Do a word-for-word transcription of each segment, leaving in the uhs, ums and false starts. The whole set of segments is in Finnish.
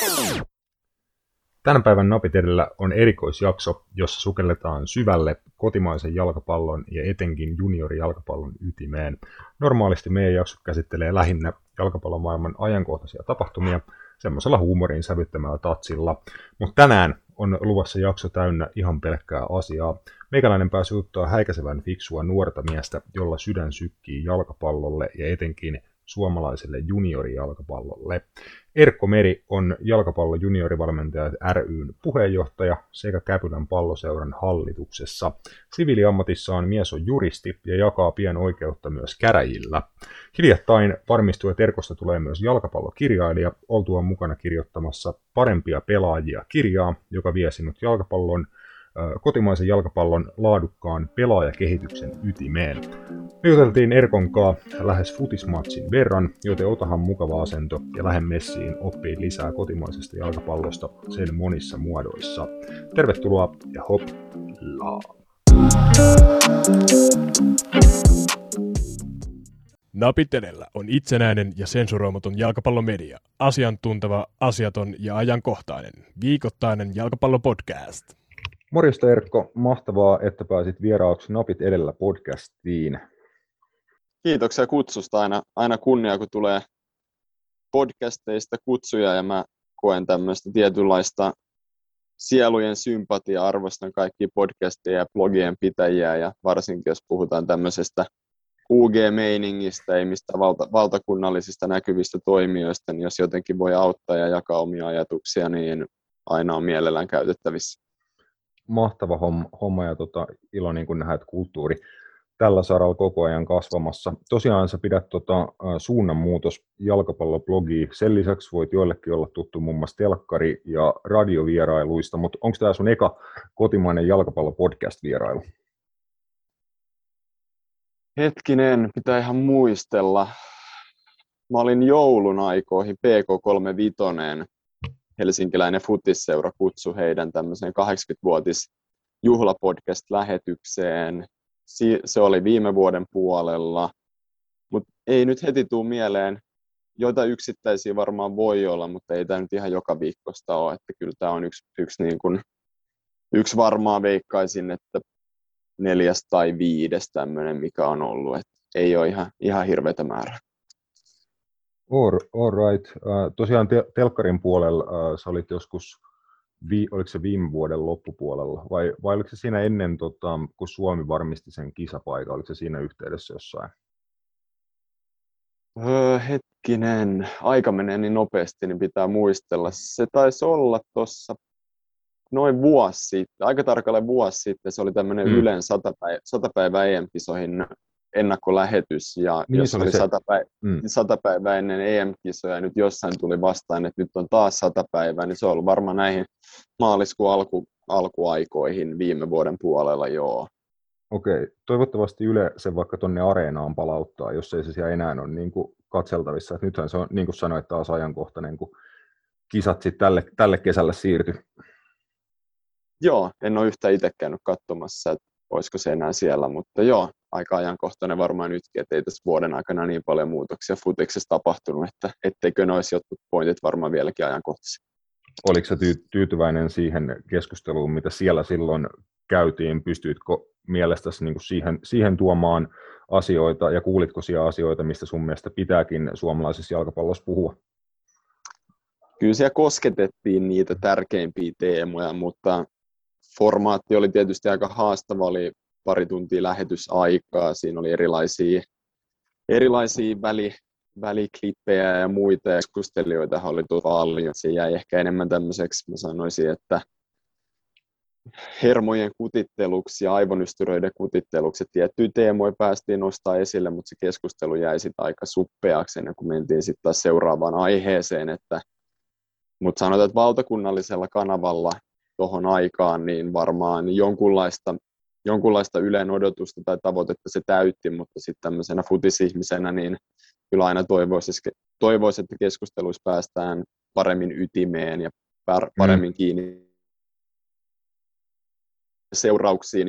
Tämän päivän Napit edellä on erikoisjakso, jossa sukelletaan syvälle kotimaisen jalkapallon ja etenkin juniorijalkapallon ytimeen. Normaalisti meidän jakso käsittelee lähinnä jalkapallomaailman ajankohtaisia tapahtumia semmoisella huumorin sävyttämällä tatsilla, mutta tänään on luvassa jakso täynnä ihan pelkkää asiaa. Meikäläinen pääsi juttua häikäisevän fiksua nuorta miestä, jolla sydän sykkii jalkapallolle ja etenkin suomalaiselle juniorijalkapallolle. Erkko Meri on jalkapallon juniorivalmentajat ry:n puheenjohtaja sekä Käpylän palloseuran hallituksessa. Siviiliammatissaan mies on juristi ja jakaa pian oikeutta myös käräjillä. Hiljattain varmistui, että Erkosta tulee myös jalkapallokirjailija, oltuaan mukana kirjoittamassa Parempia pelaajia -kirjaa, joka vie sinut jalkapallon kotimaisen jalkapallon laadukkaan pelaajakehityksen ytimeen. Me juteltiin Erkon kanssa lähes futismatsin verran, joten otahan mukava asento ja lähde messiin oppii lisää kotimaisesta jalkapallosta sen monissa muodoissa. Tervetuloa ja hoplaa! Napit edellä on itsenäinen ja sensuroimaton jalkapallomedia. Asiantunteva, asiaton ja ajankohtainen. Viikoittainen jalkapallopodcast. Morjesta Erkko, mahtavaa, että pääsit vieraaksi Napit edellä podcastiin. Kiitoksia kutsusta, aina, aina kunnia kun tulee podcasteista kutsuja ja mä koen tämmöistä tietynlaista sielujen sympatiaa, arvostan kaikkia podcasteja ja blogien pitäjiä ja varsinkin jos puhutaan tämmöisestä U G-meiningistä, ei mistään valta, valtakunnallisista näkyvistä toimijoista, niin jos jotenkin voi auttaa ja jakaa omia ajatuksia, niin aina on mielellään käytettävissä. Mahtava homma, homma ja tota, ilo niin kun nähdä, että kulttuuri tällä saralla koko ajan kasvamassa. Tosiaan sä pidät tota, suunnanmuutos jalkapalloblogia. Sen lisäksi voit joillekin olla tuttu muun muassa telkkari- ja radiovierailuista, mutta onko tämä sun eka kotimainen jalkapallopodcast-vierailu? Hetkinen, pitää ihan muistella. Mä olin joulun aikoihin P K kolmekymmentäviisi. Helsinkiläinen futisseura kutsui heidän tämmöiseen kahdeksankymmenvuotis juhlapodcast-lähetykseen. Se oli viime vuoden puolella, mutta ei nyt heti tule mieleen. Joita yksittäisiä varmaan voi olla, mutta ei tämä nyt ihan joka viikkosta ole. Että kyllä tämä on yksi, yksi, niin kuin, yksi varmaan veikkaisin, että neljäs tai viides tämmöinen, mikä on ollut. Että ei ole ihan, ihan hirveätä määrää. All, all right. Uh, tosiaan te- telkkarin puolella uh, sä olit joskus, vi- oliko se viime vuoden loppupuolella, vai, vai oliko se siinä ennen, tota, kun Suomi varmisti sen kisapaikan, oliko se siinä yhteydessä jossain? Öö, hetkinen, aika menee niin nopeasti, niin pitää muistella. Se taisi olla tuossa noin vuosi sitten, aika tarkalleen vuosi sitten, se oli tämmöinen mm. Ylen sata päivää, sata päivää E M-kisoihin ennakkolähetys, ja niin, jos oli sata, päivää, mm. sata päivää ennen E M-kisoja, ja nyt jossain tuli vastaan, että nyt on taas sata päivää, niin se on ollut varmaan näihin maaliskuun alku, alkuaikoihin viime vuoden puolella, joo. Okei, toivottavasti Yle sen vaikka tuonne areenaan palauttaa, jos ei se siellä enää ole niin kuin katseltavissa. Että nythän se on, niin kuin sanoit, taas ajankohtainen, kun kisat sitten tälle, tälle kesälle siirtyi. Joo, en ole yhtään itse käynyt katsomassa, että olisiko se enää siellä, mutta joo, aika ajankohtainen varmaan nytkin, että ei tässä vuoden aikana niin paljon muutoksia futiksessa tapahtunut, että etteikö ne olisi jotkut pointit varmaan vieläkin ajankohtaisia. Oliko sä tyy- tyytyväinen siihen keskusteluun, mitä siellä silloin käytiin? Pystyitkö mielestäsi niin kuin siihen, siihen tuomaan asioita ja kuulitko siellä asioita, mistä sun mielestä pitääkin suomalaisessa jalkapallossa puhua? Kyllä siellä kosketettiin niitä tärkeimpiä teemoja, mutta formaatti oli tietysti aika haastava, oli pari tuntia lähetysaikaa, siinä oli erilaisia, erilaisia väli, väliklippejä ja muita, ja keskustelijoita oli paljon. Se jäi ehkä enemmän tämmöiseksi, mä sanoisin, että hermojen kutitteluksi ja aivonystyröiden kutitteluksi. Tiettyjä teemoja päästiin nostaa esille, mutta se keskustelu jäi sitten aika suppeaksi ennen kuin mentiin sitten taas seuraavaan aiheeseen. Että, mutta sanotaan, että valtakunnallisella kanavalla tuohon aikaan niin varmaan jonkunlaista, jonkunlaista Ylen odotusta tai tavoitetta se täytti, mutta sitten tämmöisenä futisihmisenä niin kyllä aina toivoisi, toivoisi, että keskusteluissa päästään paremmin ytimeen ja paremmin kiinni seurauksiin ja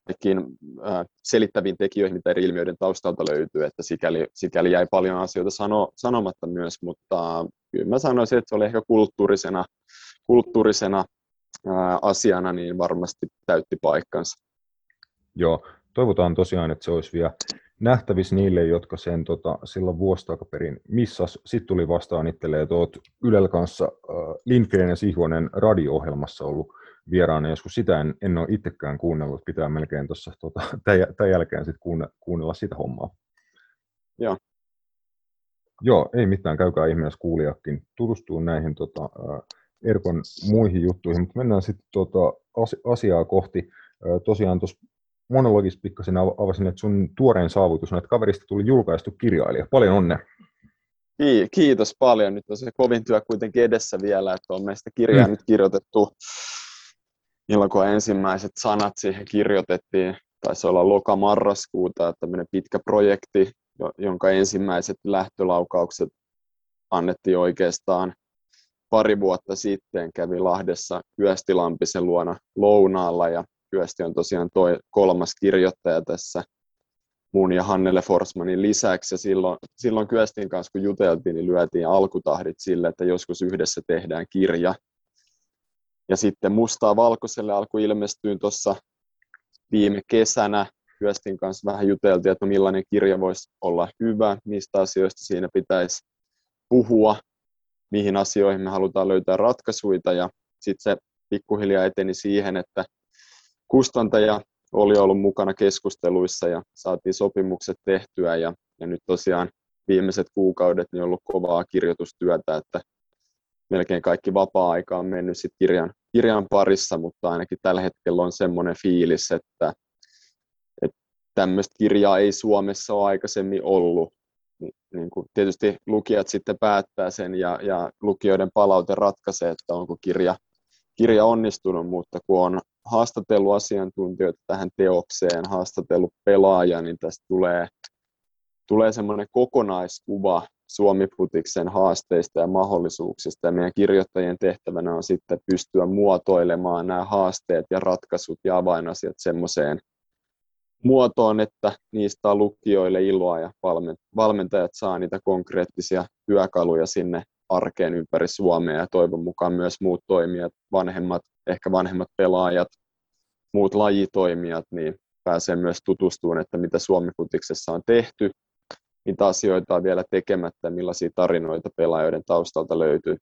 kaikkiin äh, selittäviin tekijöihin, mitä eri ilmiöiden taustalta löytyy, että sikäli, sikäli jäi paljon asioita sano, sanomatta myös, mutta kyllä mä sanoisin, että se oli ehkä kulttuurisena, kulttuurisena ää, asiana, niin varmasti täytti paikkansa. Joo, toivotaan tosiaan, että se olisi vielä nähtävissä niille, jotka sen tota, silloin vuosi takaperin missas. Sitten tuli vastaan itselleen, että olet Ylellä kanssa äh, Lindgren ja Sihvonen radio-ohjelmassa ollut vieraana. Joskus sitä en, en ole itsekään kuunnellut, pitää melkein tuossa tota, tämän jälkeen sit kuunne, kuunnella sitä hommaa. Joo. Joo, ei mitään, käykää ihmeessä kuulijakin tutustuu näihin tota, äh, Erkon muihin juttuihin, mutta mennään sitten tota, asiaa kohti. Äh, tosiaan tuossa monologista pikkasen avasin, että sun tuorein saavutus on, että kaverista tuli julkaistu kirjailija. Paljon onnea. Kiitos paljon. Nyt on se kovin työ kuitenkin edessä vielä, että on meistä kirjaa mm. nyt kirjoitettu. Milloin kun ensimmäiset sanat siihen kirjoitettiin, taisi olla loka-marraskuuta, tämmöinen pitkä projekti, jonka ensimmäiset lähtölaukaukset annettiin oikeastaan pari vuotta sitten. Kävi Lahdessa Kyösti Lampisen luona lounaalla ja Kyösti on tosiaan toi kolmas kirjoittaja tässä mun ja Hannele Forsmanin lisäksi. Ja silloin, silloin Kyöstin kanssa, kun juteltiin, niin lyötiin alkutahdit sille, että joskus yhdessä tehdään kirja. Ja sitten Mustaa valkoiselle alkoi ilmestyä tuossa viime kesänä. Kyöstin kanssa vähän juteltiin, että millainen kirja voisi olla hyvä, mistä asioista siinä pitäisi puhua, mihin asioihin me halutaan löytää ratkaisuja. Ja sitten se pikkuhiljaa eteni siihen, että kustantaja oli ollut mukana keskusteluissa ja saatiin sopimukset tehtyä ja, ja nyt tosiaan viimeiset kuukaudet niin on ollut kovaa kirjoitustyötä, että melkein kaikki vapaa-aika on mennyt sit kirjan, kirjan parissa, mutta ainakin tällä hetkellä on semmoinen fiilis, että, että tämmöistä kirjaa ei Suomessa ole aikaisemmin ollut. Niin kuin tietysti lukijat sitten päättää sen ja, ja lukijoiden palaute ratkaisee, että onko kirja kirja onnistunut, mutta kun on haastatellut asiantuntijoita tähän teokseen, haastatellut pelaajia, niin tästä tulee, tulee semmoinen kokonaiskuva Suomi-futiksen haasteista ja mahdollisuuksista. Ja meidän kirjoittajien tehtävänä on sitten pystyä muotoilemaan nämä haasteet ja ratkaisut ja avainasiat semmoiseen muotoon, että niistä on lukijoille iloa ja valmentajat saa niitä konkreettisia työkaluja sinne arkeen ympäri Suomea ja toivon mukaan myös muut toimijat, vanhemmat, ehkä vanhemmat pelaajat, muut lajitoimijat, niin pääsee myös tutustumaan, että mitä Suomi-futiksessa on tehty, mitä asioita on vielä tekemättä, millaisia tarinoita pelaajoiden taustalta löytyy.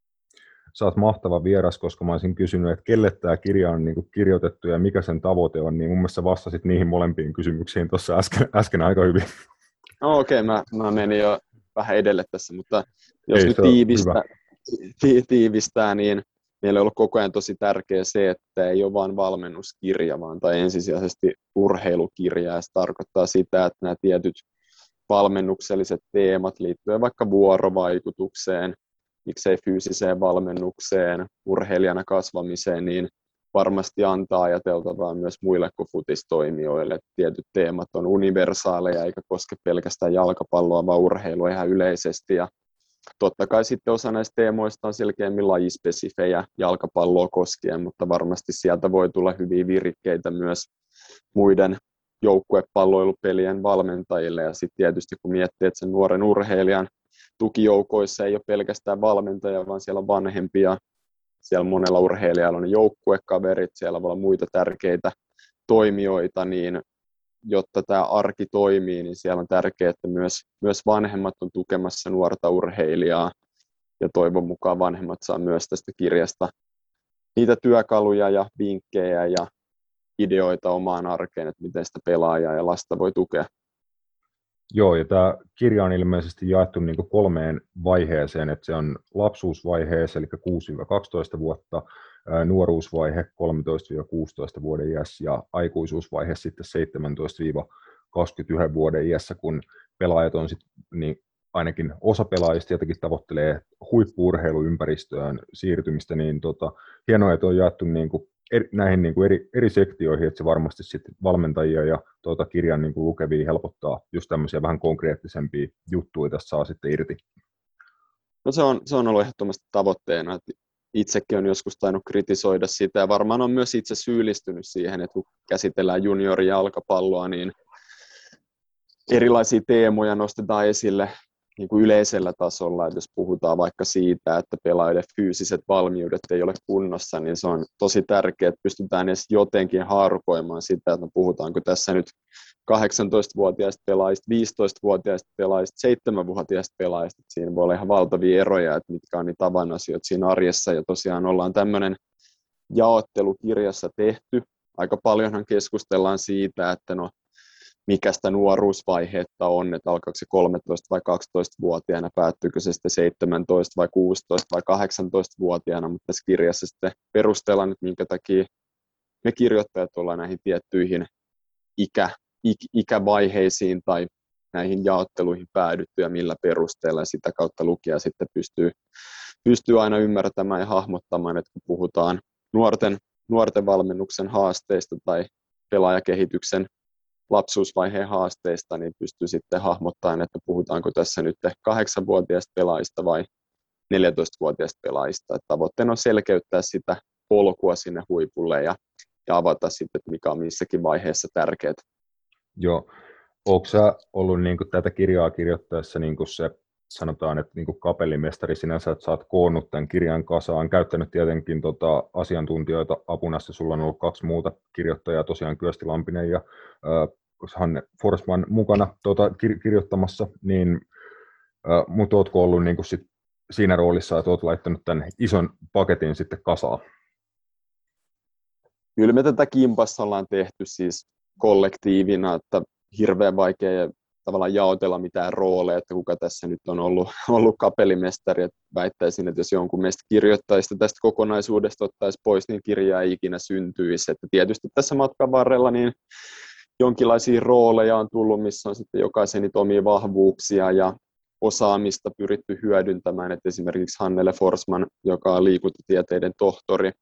Sä oot mahtava vieras, koska mä olisin kysynyt, että kelle tämä kirja on niin kuin kirjoitettu ja mikä sen tavoite on, niin mun mielestä vastasit niihin molempiin kysymyksiin tuossa äsken, äsken aika hyvin. No, okei, okay, mä, mä menin jo vähän edelle tässä, mutta jos Ei, nyt tiivistää, ti, tiivistää, niin meillä on ollut koko ajan tosi tärkeää se, että ei ole vain valmennuskirja, vaan tai ensisijaisesti urheilukirja, ja se tarkoittaa sitä, että nämä tietyt valmennukselliset teemat liittyen vaikka vuorovaikutukseen, miksei fyysiseen valmennukseen, urheilijana kasvamiseen, niin varmasti antaa ajateltavaa myös muille kuin futistoimijoille. Tietyt teemat on universaaleja eikä koske pelkästään jalkapalloa, vaan urheilua ihan yleisesti. Ja totta kai sitten osa näistä teemoista on selkeämmin lajispesifejä jalkapalloa koskien, mutta varmasti sieltä voi tulla hyviä virikkeitä myös muiden joukkuepalloilupelien valmentajille. Ja sitten tietysti kun miettii, että sen nuoren urheilijan tukijoukoissa ei ole pelkästään valmentaja, vaan siellä on vanhempia. Siellä monella urheilijalla on joukkuekaverit, siellä voi olla muita tärkeitä toimijoita, niin jotta tämä arki toimii, niin siellä on tärkeää, että myös, myös vanhemmat on tukemassa nuorta urheilijaa, ja toivon mukaan vanhemmat saa myös tästä kirjasta niitä työkaluja ja vinkkejä ja ideoita omaan arkeen, että miten sitä pelaajaa ja lasta voi tukea. Joo, ja tämä kirja on ilmeisesti jaettu niin kuin kolmeen vaiheeseen, että se on lapsuusvaiheessa, eli kuusi kaksitoista vuotta, nuoruusvaihe kolmetoista kuusitoista vuoden iässä ja aikuisuusvaihe sitten seitsemäntoista kaksikymmentäyksi vuoden iässä, kun pelaajat on sitten, niin ainakin osa pelaajista jotenkin tavoittelee huippu-urheiluympäristöön siirtymistä, niin tota, hienoa, että on jaettu niin kuin eri, näihin niin kuin eri, eri sektioihin, että se varmasti sitten valmentajia ja tuota, kirjan niin kuin lukevia helpottaa just tämmöisiä vähän konkreettisempia juttuja tästä saa sitten irti. No se on, se on ollut ehdottomasti tavoitteena, että itsekin on joskus tainnut kritisoida sitä, ja varmaan on myös itse syyllistynyt siihen, että kun käsitellään juniorijalkapalloa, niin erilaisia teemoja nostetaan esille niin kuin yleisellä tasolla, että jos puhutaan vaikka siitä, että pelaajille fyysiset valmiudet ei ole kunnossa, niin se on tosi tärkeää, että pystytään edes jotenkin haarukoimaan sitä, että no puhutaanko tässä nyt kahdeksantoistavuotiaista pelaajista, viisitoistavuotiaista pelaajista, seitsemänvuotiaista pelaajista. Siinä voi olla ihan valtavia eroja, että mitkä on niitä avainasioita siinä arjessa. Ja tosiaan ollaan tämmöinen jaottelu kirjassa tehty. Aika paljonhan keskustellaan siitä, että no mikä sitä nuoruusvaihetta on, että alkaako se kolmetoista- vai kaksitoistavuotiaana, päättyykö se sitten seitsemäntoista- vai kuusitoista- vai kahdeksantoistavuotiaana, mutta tässä kirjassa sitten perustellaan, että minkä takia me kirjoittajat ollaan näihin tiettyihin ikä, ik, ikävaiheisiin tai näihin jaotteluihin päädytty ja millä perusteella, ja sitä kautta lukija sitten pystyy, pystyy aina ymmärtämään ja hahmottamaan, että kun puhutaan nuorten, nuorten valmennuksen haasteista tai pelaajakehityksen lapsuusvaiheen haasteista, niin pystyy sitten hahmottamaan, että puhutaanko tässä nyt kahdeksanvuotiaista pelaajista vai neljätoistavuotiaista pelaajista. Että tavoitteena on selkeyttää sitä polkua sinne huipulle ja, ja avata sitten, että mikä on missäkin vaiheessa tärkeää. Joo. Oletko sä ollut niin kuin tätä kirjaa kirjoittaessa niin kuin se, sanotaan, että niin kuin kapellimestari sinänsä, että sä oot koonnut tämän kirjan kasaan, käyttänyt tietenkin tota, asiantuntijoita apuna, sulla on ollut kaksi muuta kirjoittajaa, tosiaan Kyösti Lampinen ja äh, Hanne Forsman mukana tota, kir- kirjoittamassa, niin, äh, mutta ootko ollut niin kuin sit siinä roolissa, että oot laittanut tämän ison paketin sitten kasaan? Kyllä me tätä kimpassa ollaan tehty siis kollektiivina, että hirveän vaikea tavallaan jaotella mitään rooleja, että kuka tässä nyt on ollut, ollut kapellimestari. Että väittäisin, että jos jonkun meistä kirjoittajista tästä kokonaisuudesta ottaisi pois, niin kirja ei ikinä syntyisi. Että tietysti tässä matkan varrella niin jonkinlaisia rooleja on tullut, missä on sitten jokaisen niitä omia vahvuuksia ja osaamista pyritty hyödyntämään. Että esimerkiksi Hannele Forsman, joka on liikuntatieteiden tohtori,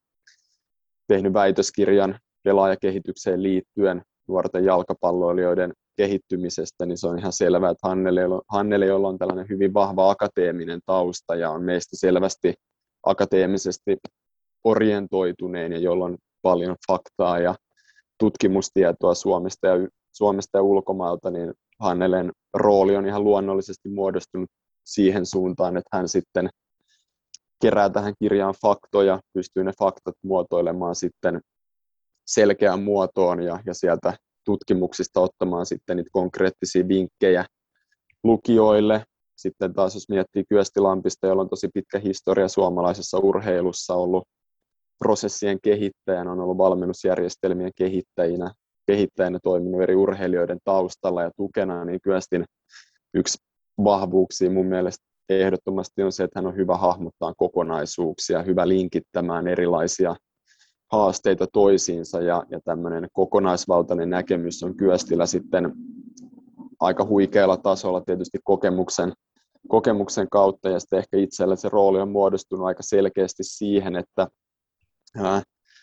tehnyt väitöskirjan pelaajakehitykseen liittyen nuorten jalkapalloilijoiden kehittymisestä, niin se on ihan selvää, että Hannele, Hannele, jolla on tällainen hyvin vahva akateeminen tausta ja on meistä selvästi akateemisesti orientoituneen ja jolla on paljon faktaa ja tutkimustietoa Suomesta ja, Suomesta ja ulkomailta, niin Hannelen rooli on ihan luonnollisesti muodostunut siihen suuntaan, että hän sitten kerää tähän kirjaan faktoja, pystyy ne faktat muotoilemaan sitten selkeään muotoon ja, ja sieltä tutkimuksista ottamaan sitten niitä konkreettisia vinkkejä lukijoille. Sitten taas jos miettii Kyösti Lampista, jolla on tosi pitkä historia suomalaisessa urheilussa, ollut prosessien kehittäjänä, on ollut valmennusjärjestelmien kehittäjinä, kehittäjänä toiminut eri urheilijoiden taustalla ja tukena, niin Kyöstin yksi vahvuuksia mun mielestä ehdottomasti on se, että hän on hyvä hahmottaa kokonaisuuksia, hyvä linkittämään erilaisia haasteita toisiinsa ja, ja tämmöinen kokonaisvaltainen näkemys on Kyöstillä sitten aika huikealla tasolla tietysti kokemuksen, kokemuksen kautta ja sitten ehkä itsellä se rooli on muodostunut aika selkeästi siihen, että ää,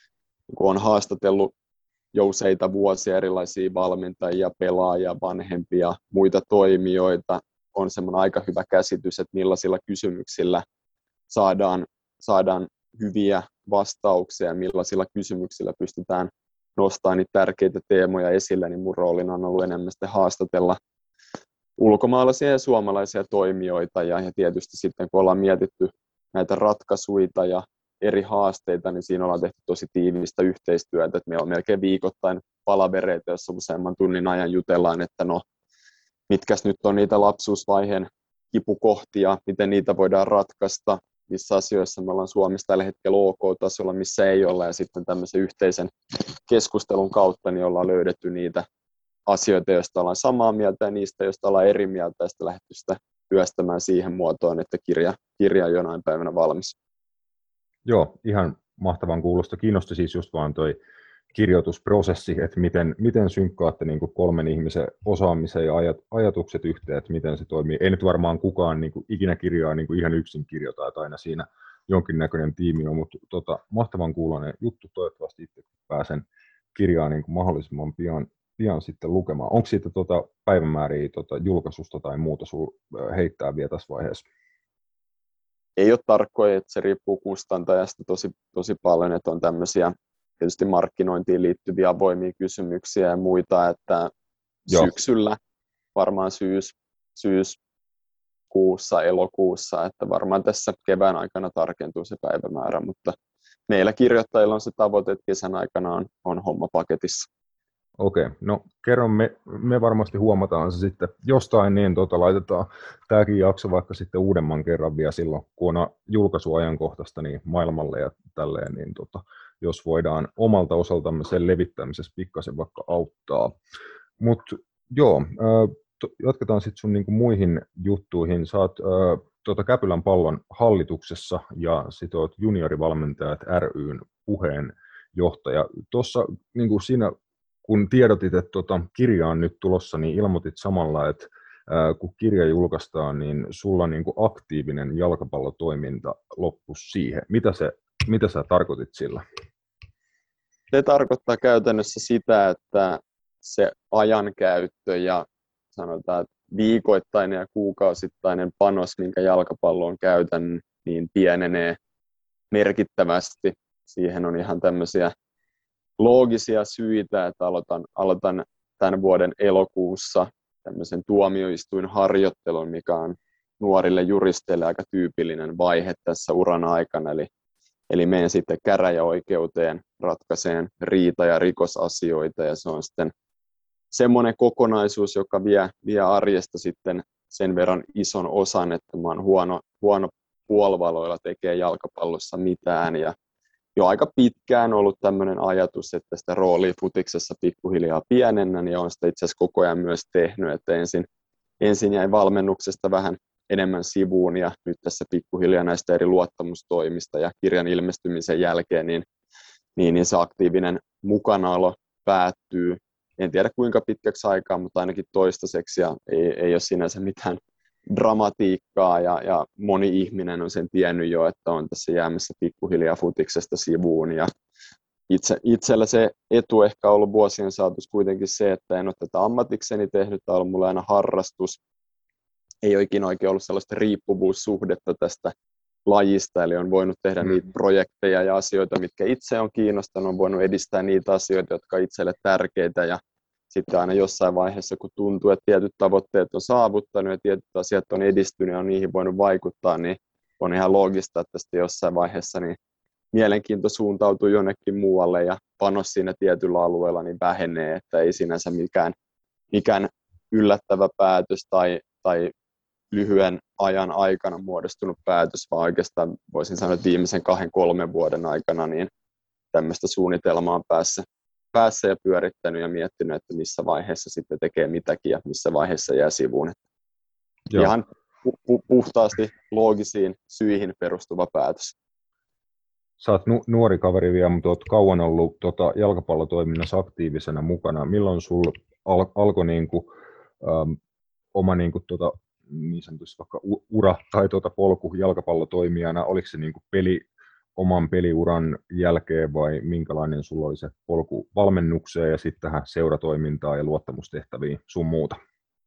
kun on haastatellut jo useita vuosia erilaisia valmentajia, pelaajia, vanhempia, muita toimijoita, on semmoinen aika hyvä käsitys, että millaisilla kysymyksillä saadaan, saadaan hyviä vastauksia ja millaisilla kysymyksillä pystytään nostamaan niitä tärkeitä teemoja esille, niin mun roolina on ollut enemmän sitten haastatella ulkomaalaisia ja suomalaisia toimijoita ja, ja tietysti sitten kun ollaan mietitty näitä ratkaisuja ja eri haasteita, niin siinä ollaan tehty tosi tiivistä yhteistyötä, että meillä on melkein viikoittain palavereita, jossa useamman tunnin ajan jutellaan, että no mitkäs nyt on niitä lapsuusvaiheen kipukohtia, miten niitä voidaan ratkaista, missä asioissa me ollaan Suomessa tällä hetkellä OK-tasolla, missä ei olla, ja sitten tämmöisen yhteisen keskustelun kautta niin ollaan löydetty niitä asioita, joista ollaan samaa mieltä ja niistä, joista ollaan eri mieltä, ja sitten lähdetty sitä työstämään siihen muotoon, että kirja, kirja on jonain päivänä valmis. Joo, ihan mahtavan kuulosta. Kiinnosti siis just vaan toi kirjoitusprosessi, että miten, miten synkkaatte niin kuin kolmen ihmisen osaamisen ja ajat, ajatukset yhteen, että miten se toimii. Ei nyt varmaan kukaan niin kuin ikinä kirjaa niin kuin ihan yksin kirjoita, että aina siinä jonkinnäköinen tiimi on, mutta tota, mahtavan kuuloinen juttu. Toivottavasti itse pääsen kirjaa niin kuin mahdollisimman pian, pian sitten lukemaan. Onko siitä tota päivämääriä tota julkaisusta tai muuta sinulla heittää vielä tässä vaiheessa? ei ole tarkkoja, että se riippuu kustantajasta tosi, tosi paljon, että on tämmöisiä tietysti markkinointiin liittyviä avoimia kysymyksiä ja muita, että Joo. syksyllä, varmaan syys, syyskuussa, elokuussa, että varmaan tässä kevään aikana tarkentuu se päivämäärä, mutta meillä kirjoittajilla on se tavoite, että kesän aikana on, on homma paketissa. Okei, no kerron, me, me varmasti huomataan se sitten jostain, niin tota, laitetaan tämäkin jakso vaikka sitten uudemman kerran vielä silloin, kun on julkaisuajankohtaista niin maailmalle ja tälleen, niin tota, jos voidaan omalta osaltamme sen levittämisessä pikkasen vaikka auttaa. Mutta joo, äh, to, jatketaan sitten sun niinku muihin juttuihin. Sä oot äh, tota Käpylän Pallon hallituksessa ja sit oot juniorivalmentajat ry:n puheenjohtaja. Tuossa niinku siinä kun tiedotit, että tota, kirja on nyt tulossa, niin ilmoitit samalla, että ää, kun kirja julkaistaan, niin sulla niin kuin aktiivinen jalkapallotoiminta loppui siihen. Mitä, se, mitä sä tarkoitit sillä? Se tarkoittaa käytännössä sitä, että se ajankäyttö ja sanotaan, että viikoittainen ja kuukausittainen panos, minkä jalkapalloon käytän, niin pienenee merkittävästi. Siihen on ihan tämmöisiä loogisia syitä, että aloitan, aloitan tämän vuoden elokuussa tämmöisen tuomioistuinharjoittelun, mikä on nuorille juristeille aika tyypillinen vaihe tässä uran aikana. Eli, eli menen sitten käräjäoikeuteen ratkaiseen riita- ja rikosasioita, ja se on sitten semmoinen kokonaisuus, joka vie, vie arjesta sitten sen verran ison osan, että mä oon huono, huono puolivaloilla tekee jalkapallossa mitään, ja jo aika pitkään ollut tämmöinen ajatus, että sitä roolia futiksessa pikkuhiljaa pienennän, ja olen sitä itse asiassa koko ajan myös tehnyt, että ensin, ensin jäin valmennuksesta vähän enemmän sivuun, ja nyt tässä pikkuhiljaa näistä eri luottamustoimista ja kirjan ilmestymisen jälkeen, niin, niin, niin se aktiivinen mukanaolo päättyy. En tiedä kuinka pitkäksi aikaa, mutta ainakin toistaiseksi, ja ei, ei ole sinänsä mitään dramatiikkaa, ja, ja moni ihminen on sen tiennyt jo, että on tässä jäämässä pikkuhiljaa futiksesta sivuun, ja itse, itsellä se etu ehkä on ollut vuosien saatossa kuitenkin se, että en ole tätä ammatikseni tehnyt, tämä on ollut mulla aina harrastus, ei ole ikinä oikein ollut sellaista riippuvuussuhdetta tästä lajista, eli on voinut tehdä mm. niitä projekteja ja asioita, mitkä itse on kiinnostanut, on voinut edistää niitä asioita, jotka on itselle tärkeitä, ja sitten aina jossain vaiheessa, kun tuntuu, että tietyt tavoitteet on saavuttanut ja tietyt asiat on edistynyt ja on niihin voinut vaikuttaa, niin on ihan loogista, että tästä jossain vaiheessa niin mielenkiinto suuntautuu jonnekin muualle ja panos siinä tietyllä alueella niin vähenee, että ei sinänsä mikään, mikään yllättävä päätös tai, tai lyhyen ajan aikana muodostunut päätös, vaan oikeastaan voisin sanoa, että viimeisen kahden, kolmen vuoden aikana niin tämmöistä suunnitelmaa on päässä, päässä ja pyörittänyt ja miettinyt, että missä vaiheessa sitten tekee mitäkin ja missä vaiheessa jää sivuun. Joo. Ihan pu- pu- puhtaasti loogisiin syihin perustuva päätös. Sä oot nu- nuori kaveri vielä, mutta oot kauan ollut tota, jalkapallotoiminnassa aktiivisena mukana. Milloin sulla al- alkoi niinku, ähm, oma niinku, tota, niin sanotusti vaikka ura tai tuota polku jalkapallotoimijana, oliko se niin kuin peli, oman peliuran jälkeen vai minkälainen sulla oli se polku valmennukseen ja sitten tähän seuratoimintaan ja luottamustehtäviin sun muuta?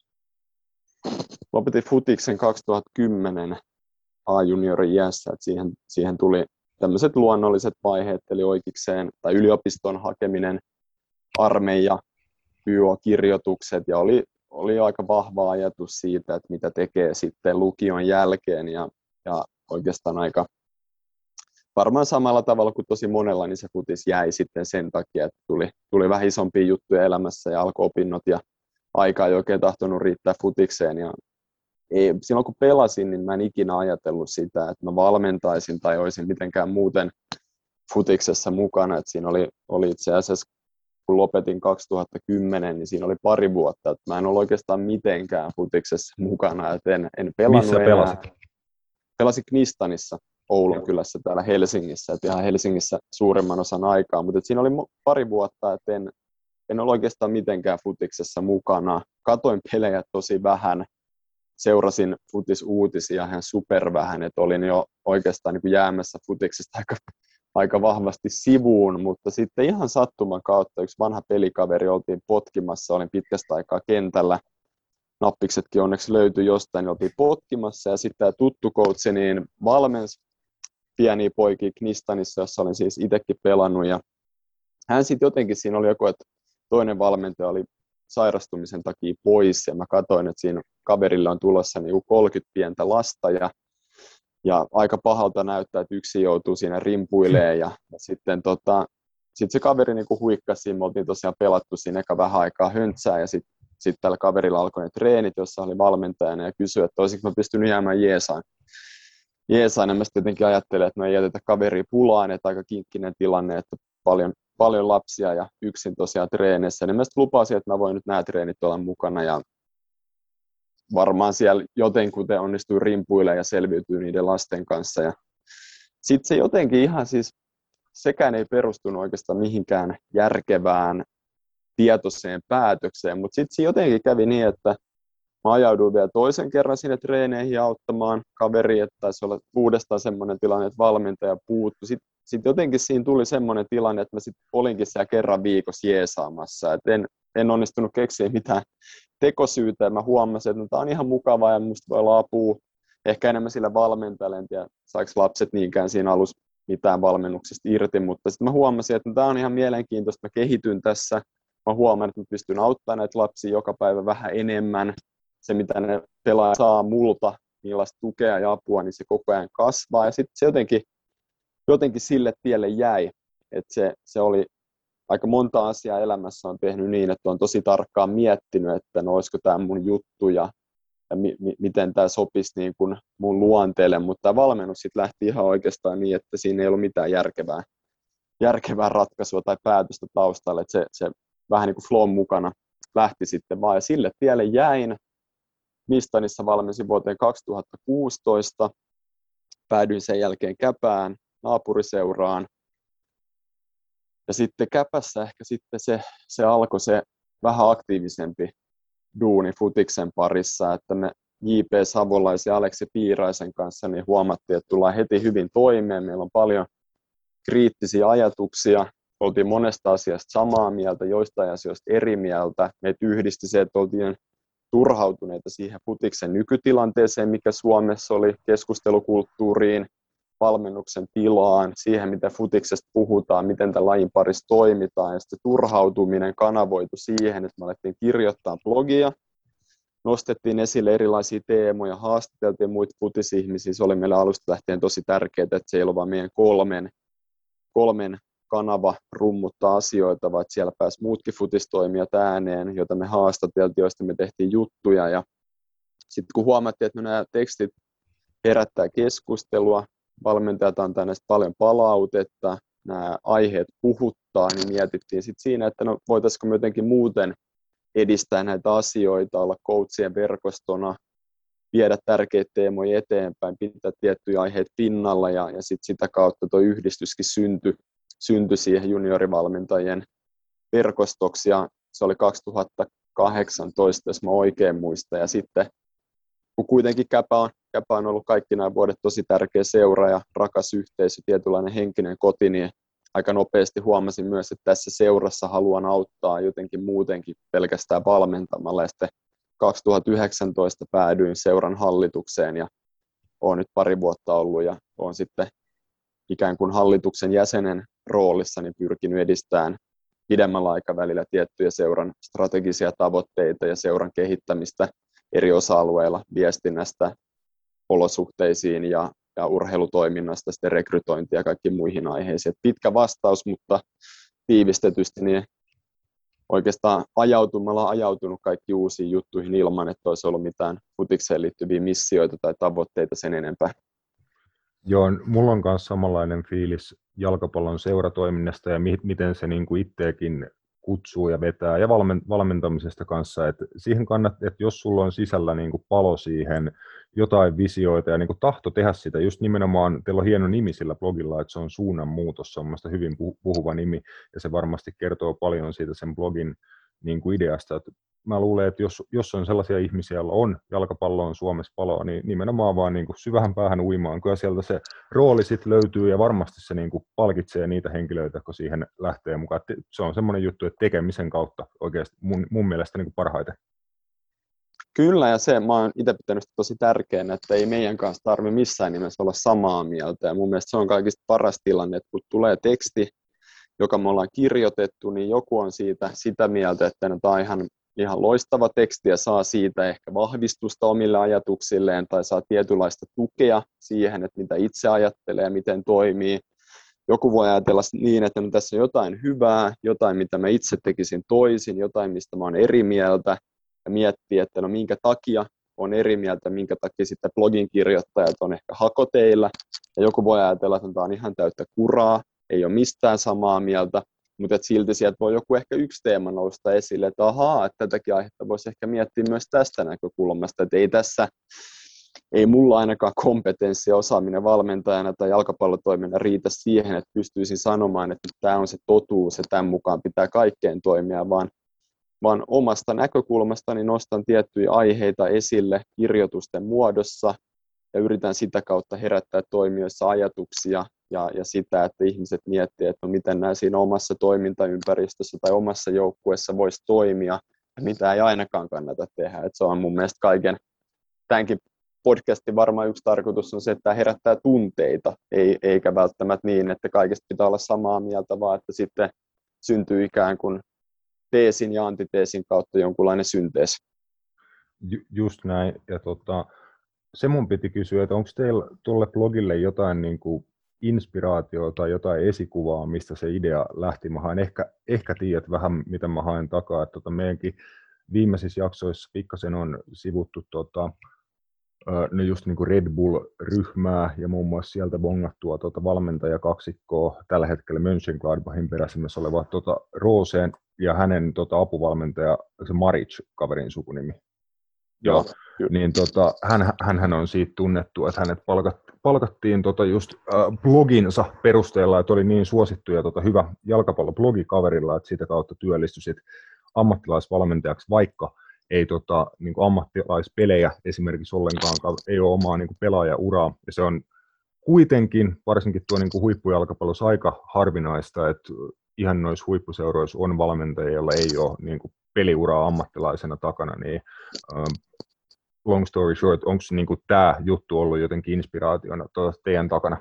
Lopetin futiksen kaksituhattakymmenen A-juniorin iässä, että siihen, siihen tuli tämmöiset luonnolliset vaiheet, eli oikeikseen tai yliopiston hakeminen, armeija, Y O-kirjoitukset ja oli oli aika vahva ajatus siitä, että mitä tekee sitten lukion jälkeen ja, ja oikeastaan aika varmaan samalla tavalla kuin tosi monella, niin se futis jäi sitten sen takia, että tuli, tuli vähän isompia juttuja elämässä ja alkoi opinnot ja aika ei oikein tahtonut riittää futikseen. Ja ei, silloin kun pelasin, niin mä en ikinä ajatellut sitä, että mä valmentaisin tai olisin mitenkään muuten futiksessa mukana. Että siinä oli, oli itse asiassa kun lopetin kaksituhattakymmenen, niin siinä oli pari vuotta, että mä en ollut oikeastaan mitenkään futiksessa mukana, että en, en pelannut Missä enää. pelasit? Pelasin Knistanissa, Oulun kylässä täällä Helsingissä, että ihan Helsingissä suurimman osan aikaa, mutta siinä oli pari vuotta, että en, en ollut oikeastaan mitenkään futiksessa mukana. Katoin pelejä tosi vähän, seurasin futisuutisia ihan super vähän, että olin jo oikeastaan niin kuin jäämässä futiksesta aika aika vahvasti sivuun, mutta sitten ihan sattuman kautta yksi vanha pelikaveri oltiin potkimassa, olin pitkästä aikaa kentällä nappiksetkin onneksi löytyi jostain, niin oltiin potkimassa, ja sitten tämä tuttu coachi niin valmensi pieniä poikia Knistanissa, jossa olin siis itsekin pelannut, ja hän sitten jotenkin, siinä oli joku, että toinen valmentaja oli sairastumisen takia pois, ja mä katsoin, että siinä kaverille on tulossa niin kolmekymmentä pientä lasta, ja, ja aika pahalta näyttää, että yksi joutuu siinä rimpuilemaan, ja, ja sitten tota, sit se kaveri niin huikkasi siinä, me oltiin tosiaan pelattu siinä eka vähän aikaa höntsää, ja sitten sit tällä kaverilla alkoi ne treenit, jossa oli valmentajana, ja kysyi, että olisinko mä pystynyt jäämään jeesaan. Jeesaan, ja mä sitten jotenkin ajattelin, että no ei jätetä kaveria pulaan, että aika kinkkinen tilanne, että paljon, paljon lapsia ja yksin tosiaan treeneissä, niin mä sitten lupasin, että mä voin nyt nämä treenit olla mukana, ja varmaan siellä jotenkuten onnistuu rimpuilemaan ja selviytyy niiden lasten kanssa, ja sitten se jotenkin ihan siis, sekään ei perustunut oikeastaan mihinkään järkevään tietoiseen päätökseen, mutta sitten se jotenkin kävi niin, että mä ajauduin vielä toisen kerran sinne treeneihin auttamaan kaveri, että taisi olla uudestaan semmoinen tilanne, että valmentaja puuttui. Sitten sit jotenkin siinä tuli semmoinen tilanne, että mä sitten olinkin siellä kerran viikossa jeesaamassa. Et en, en onnistunut keksiä mitään tekosyytä, ja mä huomasin, että no, tämä on ihan mukavaa ja musta voi olla apua. Ehkä enemmän sillä valmentajalle, en tiedä saiko lapset niinkään siinä alussa mitään valmennuksesta irti, mutta sitten mä huomasin, että no, tämä on ihan mielenkiintoista, mä kehityn tässä. Mä huomaan, että mä pystyn auttamaan näitä lapsia joka päivä vähän enemmän. Se, mitä ne pelaajat saa multa, millaista tukea ja apua, niin se koko ajan kasvaa. Ja sitten se jotenkin, jotenkin sille tielle jäi. Että se, se oli aika monta asiaa elämässä on tehnyt niin, että on tosi tarkkaan miettinyt, että no olisiko tämä mun juttu ja, ja mi, mi, miten tämä sopisi niin kuin mun luonteelle. Mutta tämä valmennus sitten lähti ihan oikeastaan niin, että siinä ei ollut mitään järkevää, järkevää ratkaisua tai päätöstä taustalla. Että se, se vähän niin kuin flown mukana lähti sitten vaan. Ja sille tielle jäin. Knistanissa valmensin vuoteen kaksituhattakuusitoista, päädyin sen jälkeen Käpään, naapuriseuraan. Ja sitten Käpässä ehkä sitten se, se alkoi se vähän aktiivisempi duuni futiksen parissa, että me J P Savolaisen ja Aleksi Piiraisen kanssa niin huomattiin, että tullaan heti hyvin toimeen. Meillä on paljon kriittisiä ajatuksia, oltiin monesta asiasta samaa mieltä, joistain asioista eri mieltä. Meitä yhdisti se, että oltiin turhautuneita siihen futiksen nykytilanteeseen, mikä Suomessa oli, keskustelukulttuuriin, valmennuksen tilaan, siihen, miten futiksesta puhutaan, miten tämän lajin parissa toimitaan, ja sitten turhautuminen kanavoitu siihen, että me alettiin kirjoittaa blogia, nostettiin esille erilaisia teemoja, haastateltiin muita futisihmisiä, se oli meille alusta lähtien tosi tärkeää, että se ei ole vain meidän kolmen, kolmen kanava rummuttaa asioita, vaan siellä pääsi muutkin futistoimijat ääneen, joita me haastateltiin, joista me tehtiin juttuja. Ja sitten kun huomattiin, että nämä tekstit herättää keskustelua, valmentajat antaa näistä paljon palautetta, nämä aiheet puhuttaa, niin mietittiin sitten siinä, että no voitaisiinko me jotenkin muuten edistää näitä asioita, olla coachien verkostona, viedä tärkeitä teemoja eteenpäin, pitää tiettyjä aiheita pinnalla, ja, ja sitten sitä kautta tuo yhdistyskin syntyi, syntyi siihen juniorivalmentajien verkostoksi, ja se oli kaksituhattakahdeksantoista, jos mä oikein muistan, ja sitten kun kuitenkin Käpä on, Käpä on ollut kaikki nämä vuodet tosi tärkeä seura ja rakas yhteisö, tietynlainen henkinen koti, niin aika nopeasti huomasin myös, että tässä seurassa haluan auttaa jotenkin muutenkin pelkästään valmentamalla, ja sitten kaksituhattayhdeksäntoista päädyin seuran hallitukseen, ja olen nyt pari vuotta ollut, ja olen sitten ikään kuin hallituksen jäsenen roolissa niin pyrkinyt edistämään pidemmällä aikavälillä tiettyjä seuran strategisia tavoitteita ja seuran kehittämistä eri osa-alueilla, viestinnästä, olosuhteisiin ja, ja urheilutoiminnasta, sitten rekrytointia ja kaikkiin muihin aiheisiin. Pitkä vastaus, mutta tiivistetysti niin oikeastaan ajautumalla ajautunut kaikki uusiin juttuihin ilman, että olisi ollut mitään futikseen liittyviä missioita tai tavoitteita sen enempää. Joo, mulla on myös samanlainen fiilis jalkapallon seuratoiminnasta ja mi- miten se niin kuin itseäkin kutsuu ja vetää ja valmen- valmentamisesta kanssa, että siihen kannattaa, että jos sulla on sisällä niin kuin palo siihen jotain visioita ja niin kuin tahto tehdä sitä, just nimenomaan, teillä on hieno nimi sillä blogilla, että se on suunnanmuutos, se on mielestäni hyvin puhuva nimi ja se varmasti kertoo paljon siitä sen blogin niin kuin ideasta, että mä luulen, että jos, jos on sellaisia ihmisiä, joilla on jalkapalloon Suomessa paloa, niin nimenomaan vaan niin kuin syvähän päähän uimaan. Kyllä sieltä se rooli sitten löytyy ja varmasti se niin kuin palkitsee niitä henkilöitä, kun siihen lähtee mukaan. Se on semmoinen juttu, että tekemisen kautta oikeasti mun, mun mielestä niin kuin parhaiten. Kyllä, ja se mä oon itse pitänyt sitä tosi tärkeänä, että ei meidän kanssa tarvitse missään nimessä olla samaa mieltä. Ja mun mielestä se on kaikista paras tilanne, että kun tulee teksti, joka me ollaan kirjoitettu, niin joku on siitä sitä mieltä, että no, tämä on ihan, ihan loistava teksti ja saa siitä ehkä vahvistusta omille ajatuksilleen tai saa tietynlaista tukea siihen, että mitä itse ajattelee ja miten toimii. Joku voi ajatella niin, että no, tässä on jotain hyvää, jotain mitä mä itse tekisin toisin, jotain mistä mä oon eri mieltä ja miettiä, että no minkä takia on eri mieltä, minkä takia sitten blogin kirjoittajat on ehkä hakoteilla. Ja joku voi ajatella, että tämä on ihan täyttä kuraa, ei ole mistään samaa mieltä, mutta silti sieltä voi joku ehkä yksi teema nousta esille, että ahaa, että tätäkin aihetta voisi ehkä miettiä myös tästä näkökulmasta, että ei tässä, ei mulla ainakaan kompetenssi ja osaaminen valmentajana tai jalkapallotoimena riitä siihen, että pystyisin sanomaan, että tämä on se totuus ja tämän mukaan pitää kaikkeen toimia, vaan, vaan omasta näkökulmastani nostan tiettyjä aiheita esille kirjoitusten muodossa ja yritän sitä kautta herättää toimijoissa ajatuksia ja, ja sitä, että ihmiset miettii, että no miten nämä siinä omassa toimintaympäristössä tai omassa joukkueessa voisi toimia ja mitä ei ainakaan kannata tehdä. Että se on mun mielestä kaiken, tämänkin podcastin varmaan yksi tarkoitus on se, että tämä herättää tunteita, ei, eikä välttämättä niin, että kaikesta pitää olla samaa mieltä, vaan että sitten syntyy ikään kuin teesin ja antiteesin kautta jonkunlainen synteesi. Ju- just näin. Ja tota, se mun piti kysyä, että onko teillä tuolle blogille jotain niin kuin inspiraatiota tai jotain esikuvaa, mistä se idea lähti? Mä haen ehkä, ehkä tiedät vähän, mitä mä haen takaa. Että tota, meidänkin viimeisissä jaksoissa pikkasen on sivuttu tota, no just niin kuin Red Bull-ryhmää ja muun muassa sieltä bongattua tuota valmentajakaksikkoa, tällä hetkellä Mönchengladbachin peräsimessä oleva tuota Roseen ja hänen tuota apuvalmentaja, se Maric, kaverin sukunimi. Joo, niin tota, hän, hänhän on siitä tunnettu, että hänet palkat, palkattiin tota just äh, bloginsa perusteella, että oli niin suosittu ja tota hyvä jalkapalloblogi kaverilla, että siitä kautta työllistyi sit ammattilaisvalmentajaksi, vaikka ei tota, niin kuin ammattilaispelejä esimerkiksi ollenkaan, ei ole omaa niin kuin pelaajauraa, ja se on kuitenkin, varsinkin tuo niin kuin huippujalkapallossa aika harvinaista, että ihan noissa huippuseuroissa on valmentajia, joilla ei ole niin kuin peliuraa ammattilaisena takana, niin um, long story short, onko niin kuin tämä juttu ollut jotenkin inspiraationa tuota teidän takana?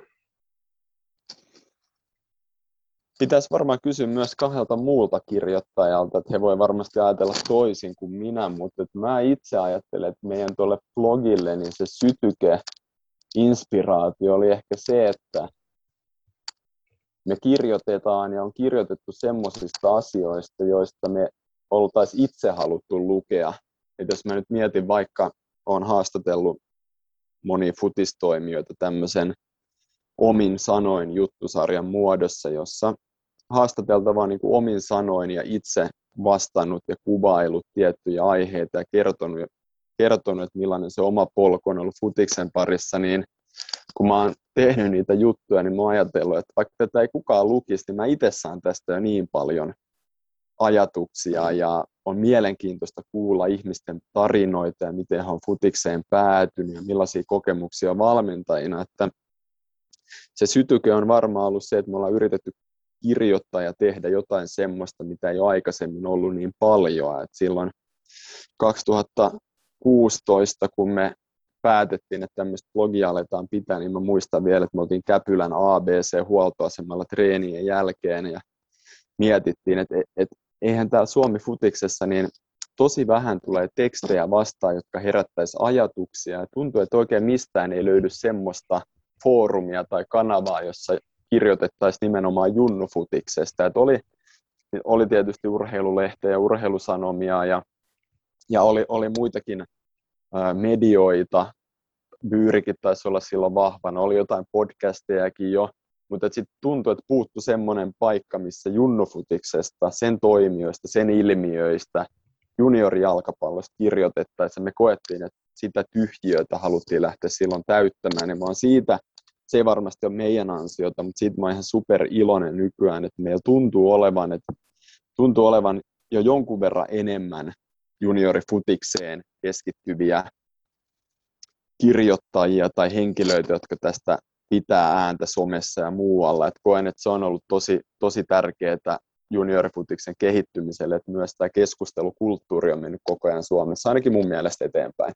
Pitäisi varmaan kysyä myös kahdelta muulta kirjoittajalta, että he voi varmasti ajatella toisin kuin minä, mutta että mä itse ajattelen, että meidän tuolle blogille niin se sytyke inspiraatio oli ehkä se, että me kirjoitetaan ja on kirjoitettu semmoisista asioista, joista me oltaisiin itse haluttu lukea. Et jos mä nyt mietin, vaikka olen haastatellut monia futistoimijoita tämmöisen omin sanoin juttusarjan muodossa, jossa haastateltava niin kuin omin sanoin ja itse vastannut ja kuvailut tiettyjä aiheita ja kertonut, kertonut, että millainen se oma polku on ollut futiksen parissa, niin kun mä oon tehnyt niitä juttuja, niin mä oon ajatellut, että vaikka tätä ei kukaan lukisi, niin mä itse saan tästä jo niin paljon ajatuksia ja on mielenkiintoista kuulla ihmisten tarinoita ja miten he on futikseen päätynyt ja millaisia kokemuksia on valmentajina, että se sytyke on varmaan ollut se, että me ollaan yritetty kirjoittaa ja tehdä jotain semmoista, mitä ei ole aikaisemmin ollut niin paljon. Et silloin kaksituhattakuusitoista, kun me päätettiin, että tämmöistä blogia aletaan pitää, niin mä muistan vielä, että me oltiin Käpylän A B C-huoltoasemalla treenien jälkeen ja mietittiin, että, että eihän täällä Suomi-futiksessa niin tosi vähän tulee tekstejä vastaan, jotka herättäisi ajatuksia. Ja tuntuu, että oikein mistään ei löydy semmoista foorumia tai kanavaa, jossa kirjoitettaisiin nimenomaan junnufutiksesta. Että oli, oli tietysti urheilulehteä ja urheilusanomia ja, ja oli, oli muitakin ää, medioita. Byyrikin taisi olla silloin vahvana. Oli jotain podcastejakin jo, mutta sitten tuntui, että puuttui semmoinen paikka, missä junnufutiksesta, sen toimijoista, sen ilmiöistä, juniorijalkapallosta kirjoitettaisiin. Me koettiin, että sitä tyhjiötä haluttiin lähteä silloin täyttämään. Ja mä oon siitä, se ei varmasti ole meidän ansiota, mutta siitä mä oon ihan super iloinen nykyään, että meillä tuntuu olevan, että tuntuu olevan jo jonkun verran enemmän juniorifutikseen keskittyviä kirjoittajia tai henkilöitä, jotka tästä pitää ääntä somessa ja muualla. Et koen, että se on ollut tosi, tosi tärkeää juniorifutiksen kehittymiselle, että myös tämä keskustelukulttuuri on mennyt koko ajan Suomessa, ainakin mun mielestä eteenpäin.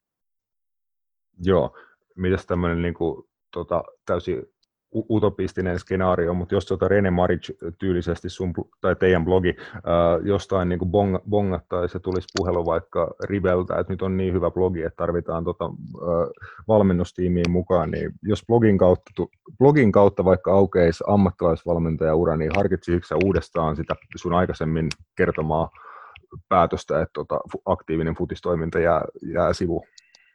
Joo, mitäs tämmöinen niin kuin, tota, täysin utopistinen skenaario, mutta jos tuota Rene Maric tyylisesti sun, tai teidän blogi ää, jostain niin kuin bong, bongattaisi ja tulisi puhelu vaikka Riveltä, että nyt on niin hyvä blogi, että tarvitaan tota, ää, valmennustiimiin mukaan, niin jos blogin kautta, blogin kautta vaikka aukeisi ammattilaisvalmentajaura, niin harkitsisitko sä uudestaan sitä sun aikaisemmin kertomaa päätöstä, että tota, aktiivinen futistoiminta jää, jää sivuun?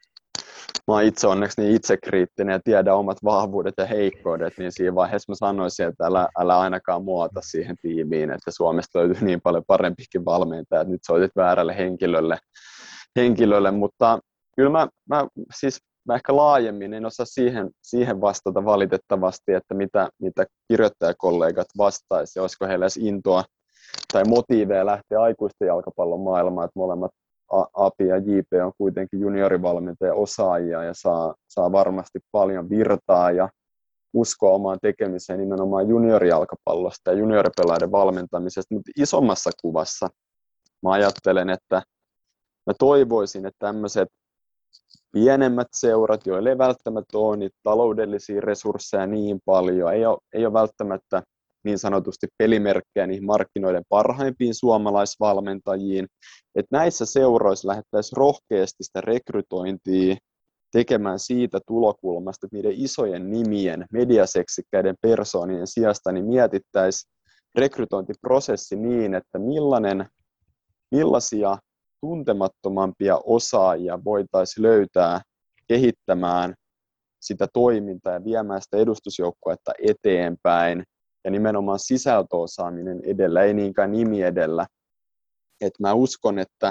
Mä oon itse onneksi niin itsekriittinen ja tiedän omat vahvuudet ja heikkoudet, niin siinä vaiheessa mä sanoisin, että älä, älä ainakaan muota siihen tiimiin, että Suomesta löytyy niin paljon parempikin valmentaja, että nyt soitit väärälle henkilölle, henkilölle. Mutta kyllä mä, mä, siis mä ehkä laajemmin en osaa siihen, siihen vastata valitettavasti, että mitä, mitä kirjoittajakollegat vastaisi, olisiko heillä edes intoa tai motiiveja lähteä aikuisten jalkapallon maailmaan, että molemmat A P I ja J P on kuitenkin juniorivalmentaja osaajia ja saa, saa varmasti paljon virtaa ja uskoa omaan tekemiseen nimenomaan juniorijalkapallosta ja junioripelaiden valmentamisesta, mutta isommassa kuvassa mä ajattelen, että mä toivoisin, että tämmöiset pienemmät seurat, joille ei välttämättä ole niitä taloudellisia resursseja niin paljon, ei ole, ei ole välttämättä niin sanotusti pelimerkkejä niihin markkinoiden parhaimpiin suomalaisvalmentajiin, että näissä seuroissa lähdettäisiin rohkeasti sitä rekrytointia tekemään siitä tulokulmasta, että niiden isojen nimien, mediaseksikkäiden persoonien sijasta niin mietittäisiin rekrytointiprosessi niin, että millainen, millaisia tuntemattomampia osaajia voitaisiin löytää kehittämään sitä toimintaa ja viemään sitä edustusjoukkuetta eteenpäin. Ja nimenomaan sisältöosaaminen edellä, ei niinkään nimi edellä. Et mä uskon, että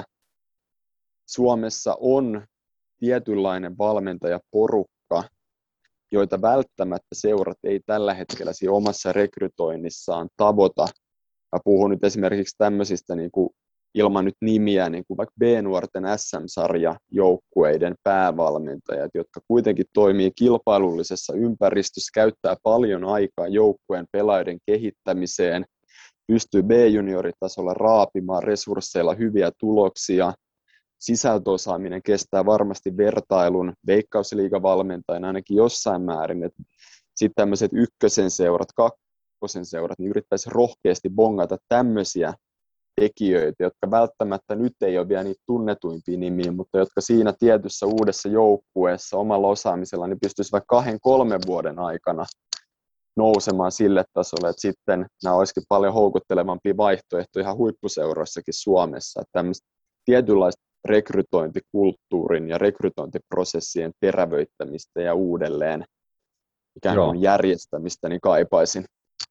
Suomessa on tietynlainen valmentajaporukka, joita välttämättä seurat ei tällä hetkellä siinä omassa rekrytoinnissaan tavoita. Mä puhun nyt esimerkiksi tämmöisistä niin kuin, ilman nyt nimiä, niin kuin vaikka B-nuorten S M-sarjajoukkueiden päävalmentajat, jotka kuitenkin toimii kilpailullisessa ympäristössä, käyttää paljon aikaa joukkueen pelaajien kehittämiseen, pystyy B-junioritasolla raapimaan resursseilla hyviä tuloksia. Sisältöosaaminen kestää varmasti vertailun veikkausliigavalmentajana ainakin jossain määrin. Sitten tämmöiset ykkösen seurat, kakkosen seurat, niin yrittäisi rohkeasti bongata tämmöisiä tekijöitä, jotka välttämättä nyt ei ole vielä niitä tunnetuimpia nimiä, mutta jotka siinä tietyssä uudessa joukkueessa omalla osaamisella niin pystyisi vaikka kahden, kolmen vuoden aikana nousemaan sille tasolle, että sitten nämä olisikin paljon houkuttelevampia vaihtoehtoja ihan huippuseuroissakin Suomessa. Että tämmöistä tietynlaista rekrytointikulttuurin ja rekrytointiprosessien terävöittämistä ja uudelleen ikään kuin Joo. järjestämistä niin kaipaisin.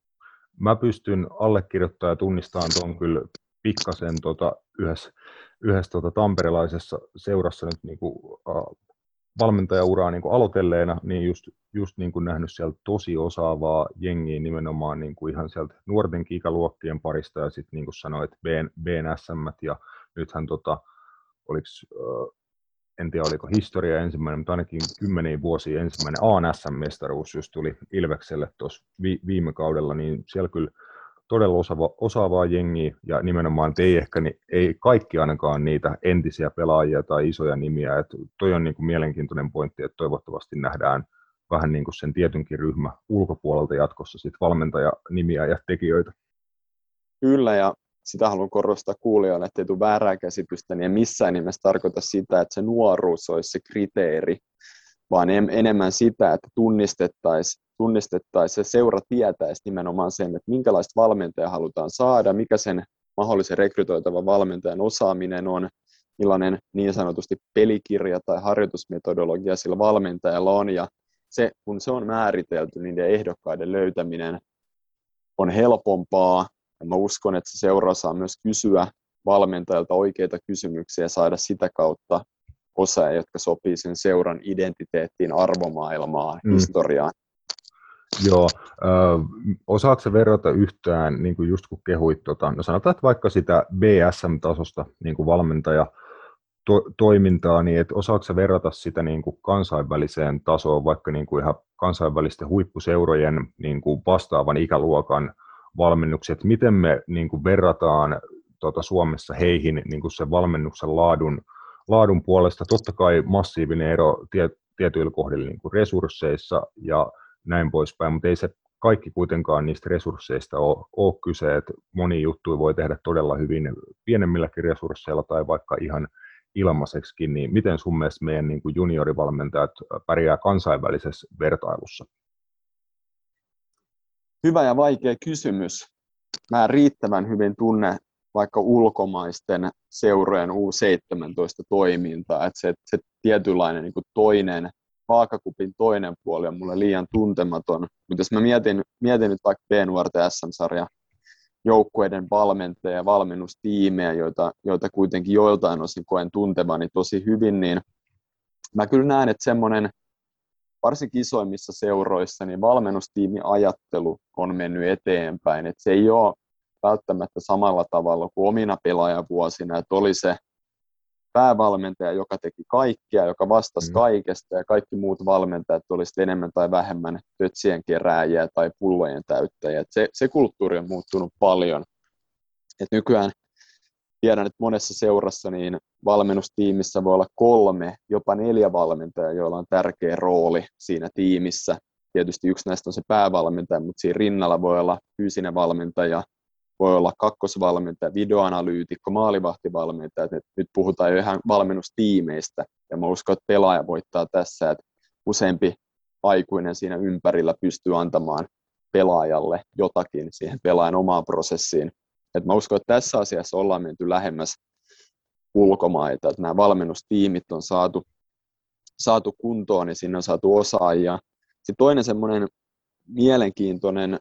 Mä pystyn allekirjoittamaan ja tunnistamaan tuon kyllä pikkasen tota, yhdessä, yhdessä tota, tamperelaisessa seurassa nyt niin kuin, uh, valmentajauraa niin kuin aloitelleena, niin just, just niin kuin nähnyt sieltä tosi osaavaa jengiä nimenomaan niin kuin ihan sieltä nuortenkin ikäluokkien parista ja sitten niin kuin sanoit B N S M ja nythän tota, oliko, uh, en tiedä oliko historia ensimmäinen, mutta ainakin kymmeniä vuosia ensimmäinen A N S M-mestaruus just tuli Ilvekselle tuossa vi- viime kaudella, niin siellä kyllä todella osaava, osaavaa jengiä, ja nimenomaan ei ehkä niin, ei kaikki ainakaan niitä entisiä pelaajia tai isoja nimiä, että toi on niin kuin mielenkiintoinen pointti, että toivottavasti nähdään vähän niin kuin sen tietynkin ryhmä ulkopuolelta jatkossa sit valmentajanimiä ja tekijöitä. Kyllä, ja sitä haluan korostaa kuulijoille, ettei tule väärää käsitystä, niin missään nimessä tarkoita sitä, että se nuoruus olisi se kriteeri, vaan enemmän sitä, että tunnistettaisiin, tunnistettaisiin ja seura tietäisi nimenomaan sen, että minkälaista valmentajaa halutaan saada, mikä sen mahdollisen rekrytoitavan valmentajan osaaminen on, millainen niin sanotusti pelikirja tai harjoitusmetodologia sillä valmentajalla on, ja se, kun se on määritelty, niin ehdokkaiden löytäminen on helpompaa, ja mä uskon, että se seura saa myös kysyä valmentajalta oikeita kysymyksiä ja saada sitä kautta osaajia, jotka sopii sen seuran identiteettiin, arvomaailmaan, mm. historiaan. Joo, äh, osaatko sä verrata yhtään, niin kuin just kun kehuit, tota, no sanotaan, että vaikka sitä B S M-tasosta niin kuin valmentaja to, toimintaa, niin et osaatko sä verrata sitä niin kuin kansainväliseen tasoon, vaikka niin kuin ihan kansainvälisten huippuseurojen niin kuin vastaavan ikäluokan valmennuksia, että miten me niin kuin verrataan tota, Suomessa heihin niin kuin sen valmennuksen laadun, laadun puolesta. Totta kai massiivinen ero tie, tietyillä kohdilla niin kuin resursseissa ja näin poispäin, mutta ei se kaikki kuitenkaan niistä resursseista ole, ole kyse, että moni juttuja voi tehdä todella hyvin pienemmilläkin resursseilla tai vaikka ihan ilmaiseksikin, niin miten sun mielestä meidän niin kuin juniorivalmentajat pärjää kansainvälisessä vertailussa? Hyvä ja vaikea kysymys. Mä en riittävän hyvin tunne vaikka ulkomaisten seurojen U seitsemäntoista-toimintaa, että se, se tietynlainen niin kuin toinen, vaakakupin toinen puoli on mulle liian tuntematon. Mutta jos mä mietin, mietin nyt vaikka B-nuorten S M-sarja joukkueiden valmentajia ja valmennustiimejä, joita, joita kuitenkin joiltain osin koen tuntevani tosi hyvin, niin mä kyllä näen, että semmoinen varsinkin isoimmissa seuroissa niin valmennustiimiajattelu on mennyt eteenpäin. Et se ei ole välttämättä samalla tavalla kuin omina pelaajavuosina, että oli se päävalmentaja, joka teki kaikkea, joka vastasi mm. kaikesta, ja kaikki muut valmentajat olisivat enemmän tai vähemmän tötsien kerääjiä tai pullojen täyttäjiä. Et se, se kulttuuri on muuttunut paljon. Et nykyään tiedän, että monessa seurassa niin valmennustiimissä voi olla kolme, jopa neljä valmentajaa, joilla on tärkeä rooli siinä tiimissä. Tietysti yksi näistä on se päävalmentaja, mutta siinä rinnalla voi olla fyysinen valmentaja, voi olla kakkosvalmentaja, videoanalyytikko, maalivahtivalmentaja. Nyt puhutaan jo ihan valmennustiimeistä, ja mä uskon, että pelaaja voittaa tässä, että useampi aikuinen siinä ympärillä pystyy antamaan pelaajalle jotakin siihen pelaajan omaan prosessiin. Et mä uskon, että tässä asiassa ollaan menty lähemmäs ulkomaita, että nämä valmennustiimit on saatu, saatu kuntoon ja sinne on saatu osaajia. Sitten toinen semmoinen mielenkiintoinen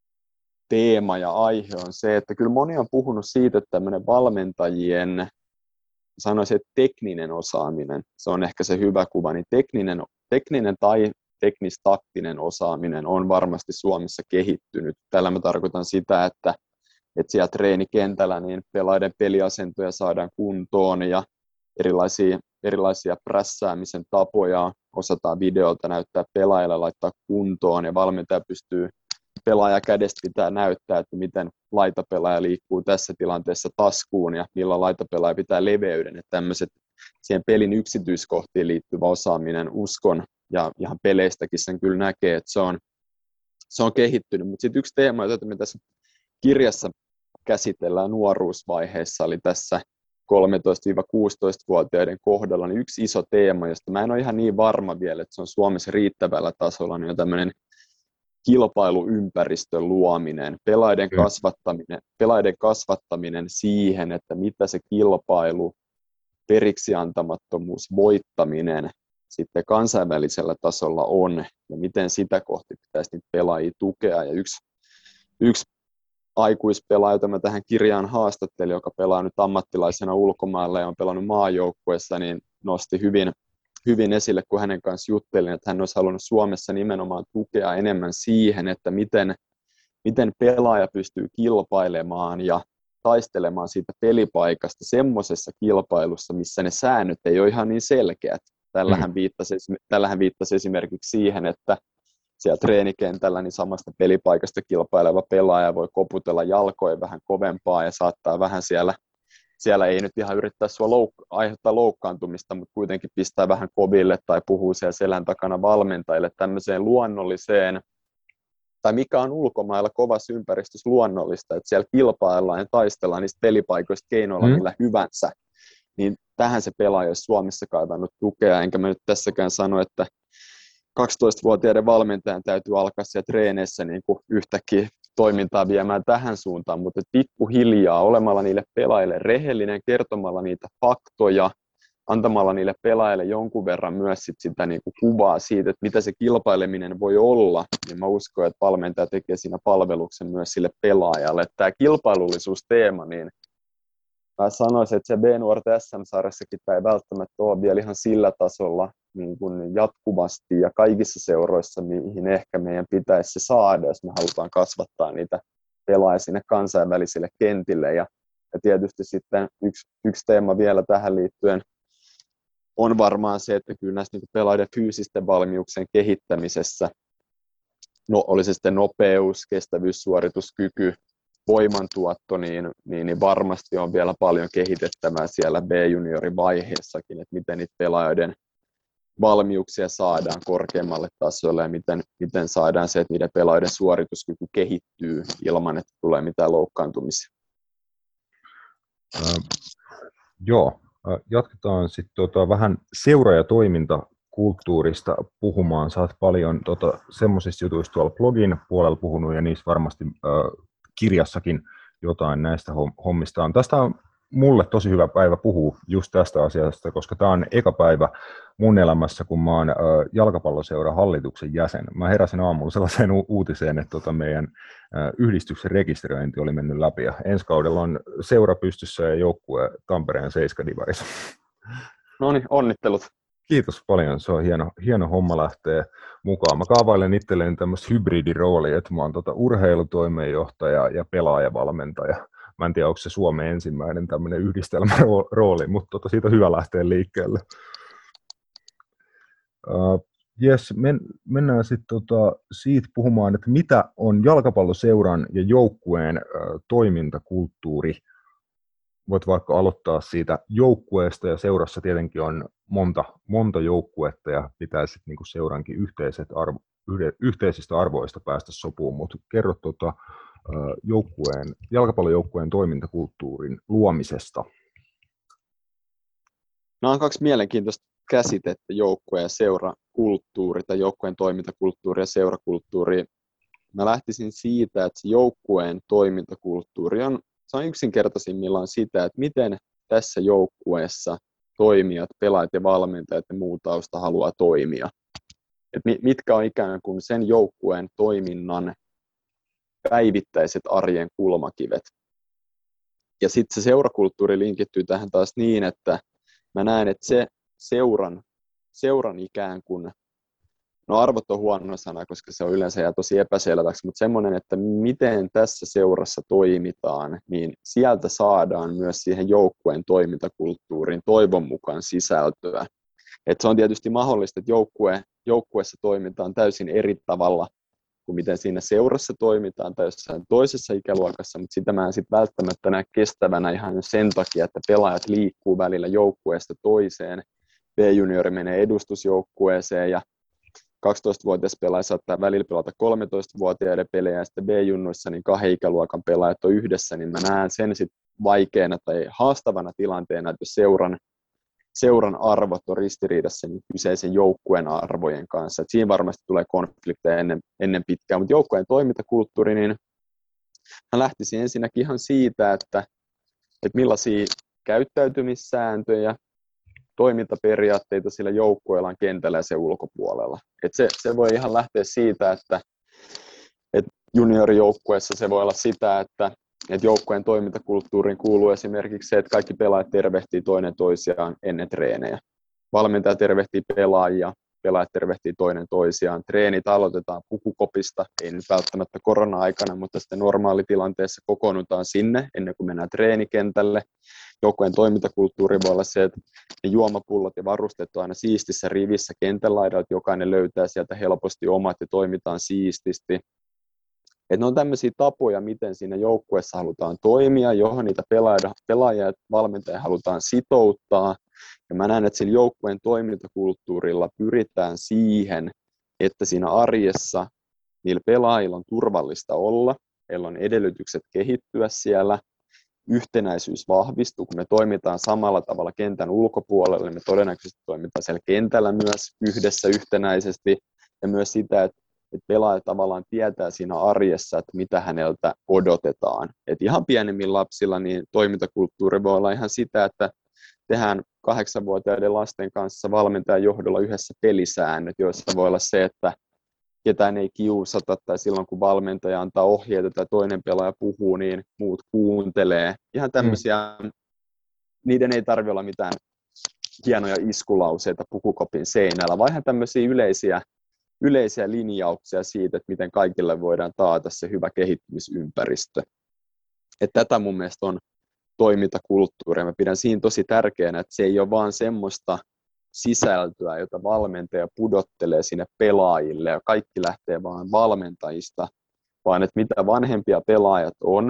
teema ja aihe on se, että kyllä moni on puhunut siitä, että tämmöinen valmentajien, sanoisin, että tekninen osaaminen, se on ehkä se hyvä kuva, niin tekninen, tekninen tai teknistaktinen osaaminen on varmasti Suomessa kehittynyt. Tällä mä tarkoitan sitä, että että siellä treenikentällä niin pelaajien peliasentoja saadaan kuntoon ja erilaisia, erilaisia prässäämisen tapoja osataan videolta näyttää pelaajille, laittaa kuntoon ja valmentaja pystyy pelaaja kädestä pitää näyttää, että miten laitapelaaja liikkuu tässä tilanteessa taskuun ja milloin laitapelaaja pitää leveyden. Että tämmöiset siihen pelin yksityiskohtiin liittyvä osaaminen, uskon ja ihan peleistäkin sen kyllä näkee, että se on, se on kehittynyt. Mutta sitten yksi teema, jota me tässä kirjassa käsitellään nuoruusvaiheessa, eli tässä kolmetoista-kuusitoista-vuotiaiden kohdalla, niin yksi iso teema, josta mä en ole ihan niin varma vielä, että se on Suomessa riittävällä tasolla, niin on tämmöinen kilpailuympäristön luominen, pelaajien kasvattaminen, pelaajien kasvattaminen siihen, että mitä se kilpailu, periksiantamattomuus, voittaminen sitten kansainvälisellä tasolla on, ja miten sitä kohti pitäisi niitä pelaajia tukea. Ja yksi, yksi aikuispelaaja, jota mä tähän kirjaan haastattelin, joka pelaa nyt ammattilaisena ulkomailla ja on pelannut maajoukkueessa, niin nosti hyvin, hyvin esille, kun hänen kanssa juttelin, että hän olisi halunnut Suomessa nimenomaan tukea enemmän siihen, että miten, miten pelaaja pystyy kilpailemaan ja taistelemaan siitä pelipaikasta semmoisessa kilpailussa, missä ne säännöt ei ole ihan niin selkeät. Tällähän mm. viittasi, tällähän viittasi esimerkiksi siihen, että siellä treenikentällä niin samasta pelipaikasta kilpaileva pelaaja voi koputella jalkoja vähän kovempaa ja saattaa vähän siellä, siellä ei nyt ihan yrittää sua louk- aiheuttaa loukkaantumista, mutta kuitenkin pistää vähän koville tai puhuu siellä selän takana valmentajille tämmöiseen luonnolliseen, tai mikä on ulkomailla kovassa ympäristössä luonnollista, että siellä kilpaillaan ja taistellaan niistä pelipaikoista keinoilla mm. millä hyvänsä, niin tähän se pelaaja olisi Suomessa kaivannut tukea, enkä mä nyt tässäkään sano, että kaksitoistavuotiaiden valmentajan täytyy alkaa siellä treeneissä niin kuin yhtäkkiä toimintaa viemään tähän suuntaan, mutta pikkuhiljaa olemalla niille pelaajille rehellinen, kertomalla niitä faktoja, antamalla niille pelaajille jonkun verran myös sit sitä niin kuin kuvaa siitä, että mitä se kilpaileminen voi olla, niin mä uskon, että valmentaja tekee siinä palveluksen myös sille pelaajalle. Että tämä kilpailullisuusteema, niin mä sanoisin, että se B-nuorten S M-sarjassakin tämä ei välttämättä ole vielä ihan sillä tasolla niin kuin jatkuvasti ja kaikissa seuroissa, mihin ehkä meidän pitäisi se saada, jos me halutaan kasvattaa niitä pelaajia sinne kansainvälisille kentille. Ja, ja tietysti sitten yksi, yksi teema vielä tähän liittyen on varmaan se, että kyllä näissä niin pelaajien fyysisten valmiuksien kehittämisessä, no oli se sitten nopeus, kestävyys, suorituskyky, voimantuotto, niin, niin, niin varmasti on vielä paljon kehitettävää siellä B-juniorivaiheessakin, että miten niitä pelaajien valmiuksia saadaan korkeammalle tasolle ja miten, miten saadaan se, että niiden pelaajien suorituskyky kehittyy ilman, että tulee mitään loukkaantumisia. Äh, joo, äh, jatketaan sitten tota, vähän seura- ja toimintakulttuurista puhumaan. Sä oot paljon tota, semmoisista jutuista tuolla blogin puolella puhunut ja niissä varmasti äh, kirjassakin jotain näistä hommista on. Tästä on mulle tosi hyvä päivä puhua just tästä asiasta, koska tämä on eka päivä mun elämässä, kun mä oon äh, jalkapalloseuran hallituksen jäsen. Mä heräsin aamulla sellaiseen u- uutiseen, että tota meidän äh, yhdistyksen rekisteröinti oli mennyt läpi ja ensi kaudella on seura pystyssä ja joukkue Tampereen Seiskadivarissa. No niin, onnittelut. Kiitos paljon, se on hieno, hieno homma lähteä mukaan. Mä kaavailen itselleni tämmöistä hybridiroolia, että mä oon tota urheilutoimenjohtaja ja pelaajavalmentaja. Mä en tiedä, onko se Suomen ensimmäinen tämmöinen yhdistelmärooli, mutta tota, siitä on hyvä lähteä liikkeelle. Uh, yes, men, mennään sitten tota, siitä puhumaan, että mitä on jalkapalloseuran ja joukkueen uh, toimintakulttuuri. Voit vaikka aloittaa siitä joukkueesta, ja seurassa tietenkin on monta, monta joukkuetta, ja pitää sitten niinku seurankin yhteiset arvo, yhde, yhteisistä arvoista päästä sopuun, mutta kerro tota, joukkueen, jalkapallojoukkueen toimintakulttuurin luomisesta. Nämä on kaksi mielenkiintoista käsitettä, joukkue- ja seurakulttuuri, tai joukkueen toimintakulttuuri ja seurakulttuuri. Mä lähtisin siitä, että se joukkueen toimintakulttuuri on Se on yksinkertaisimmillaan sitä, että miten tässä joukkueessa toimijat, pelaajat ja valmentajat ja muu tausta haluaa toimia. Et mitkä on ikään kuin sen joukkueen toiminnan päivittäiset arjen kulmakivet. Ja sitten se seurakulttuuri linkittyy tähän taas niin, että mä näen, että se seuran, seuran ikään kuin, no arvot on huono sana, koska se on yleensä jää tosi epäselväksi, mutta semmoinen, että miten tässä seurassa toimitaan, niin sieltä saadaan myös siihen joukkueen toimintakulttuuriin toivon mukaan sisältöä. Et se on tietysti mahdollista, että joukkue, joukkueessa toimitaan täysin eri tavalla kuin miten siinä seurassa toimitaan tai jossain toisessa ikäluokassa, mutta sitä mä en sitten välttämättä näe kestävänä ihan sen takia, että pelaajat liikkuu välillä joukkueesta toiseen. B-juniori menee edustusjoukkueeseen ja kaksitoistavuotias pelaaja saattaa välillä pelata kolmetoistavuotiaiden pelejä ja sitten B-junnuissa niin kahden ikäluokan pelaajat on yhdessä, niin mä näen sen sitten vaikeana tai haastavana tilanteena, että jos seuran, seuran arvot on ristiriidassa niin kyseisen joukkueen arvojen kanssa. Et siinä varmasti tulee konflikteja ennen, ennen pitkään, mutta joukkueen toimintakulttuuri, niin mä lähtisin ensinnäkin ihan siitä, että, että millaisia käyttäytymissääntöjä, toimintaperiaatteita sillä joukkueella on kentällä ja sen ulkopuolella. Et se, se voi ihan lähteä siitä, että et juniorijoukkueessa se voi olla sitä, että et joukkueen toimintakulttuuriin kuuluu esimerkiksi se, että kaikki pelaajat tervehtii toinen toisiaan ennen treenejä. Valmentaja tervehtii pelaajia, pelaajat tervehtii toinen toisiaan. Treenit aloitetaan pukukopista, ei nyt välttämättä korona-aikana, mutta sitten normaalitilanteessa kokoonnutaan sinne ennen kuin mennään treenikentälle. Joukkueen toimintakulttuuri voi olla se, että ne juomapullot ja varusteet on aina siistissä rivissä kentän laidalla, että jokainen löytää sieltä helposti omat ja toimitaan siististi. Että ne on tämmöisiä tapoja, miten siinä joukkueessa halutaan toimia, johon niitä pelaajia, pelaajia ja valmentajia halutaan sitouttaa. Ja mä näen, että sillä joukkueen toimintakulttuurilla pyritään siihen, että siinä arjessa niillä pelaajilla on turvallista olla, heillä on edellytykset kehittyä siellä, yhtenäisyys vahvistuu, kun me toimitaan samalla tavalla kentän ulkopuolella, niin me todennäköisesti toimitaan siellä kentällä myös yhdessä yhtenäisesti, ja myös sitä, että että pelaaja tavallaan tietää siinä arjessa, että mitä häneltä odotetaan. Et ihan pienemmillä lapsilla niin toimintakulttuuri voi olla ihan sitä, että tehdään kahdeksanvuotiaiden lasten kanssa valmentajan johdolla yhdessä pelisäännöt, joissa voi olla se, että ketään ei kiusata, tai silloin kun valmentaja antaa ohjeita tai toinen pelaaja puhuu, niin muut kuuntelee. Ihan tämmöisiä, mm. niiden ei tarvitse olla mitään hienoja iskulauseita pukukopin seinällä, vaan ihan tämmöisiä yleisiä, yleisiä linjauksia siitä, että miten kaikille voidaan taata se hyvä kehittymisympäristö. Että tätä mun mielestä on toimintakulttuuri. Mä pidän siinä tosi tärkeänä, että se ei ole vaan semmoista sisältöä, jota valmentaja pudottelee sinne pelaajille ja kaikki lähtee vaan valmentajista, vaan että mitä vanhempia pelaajat on,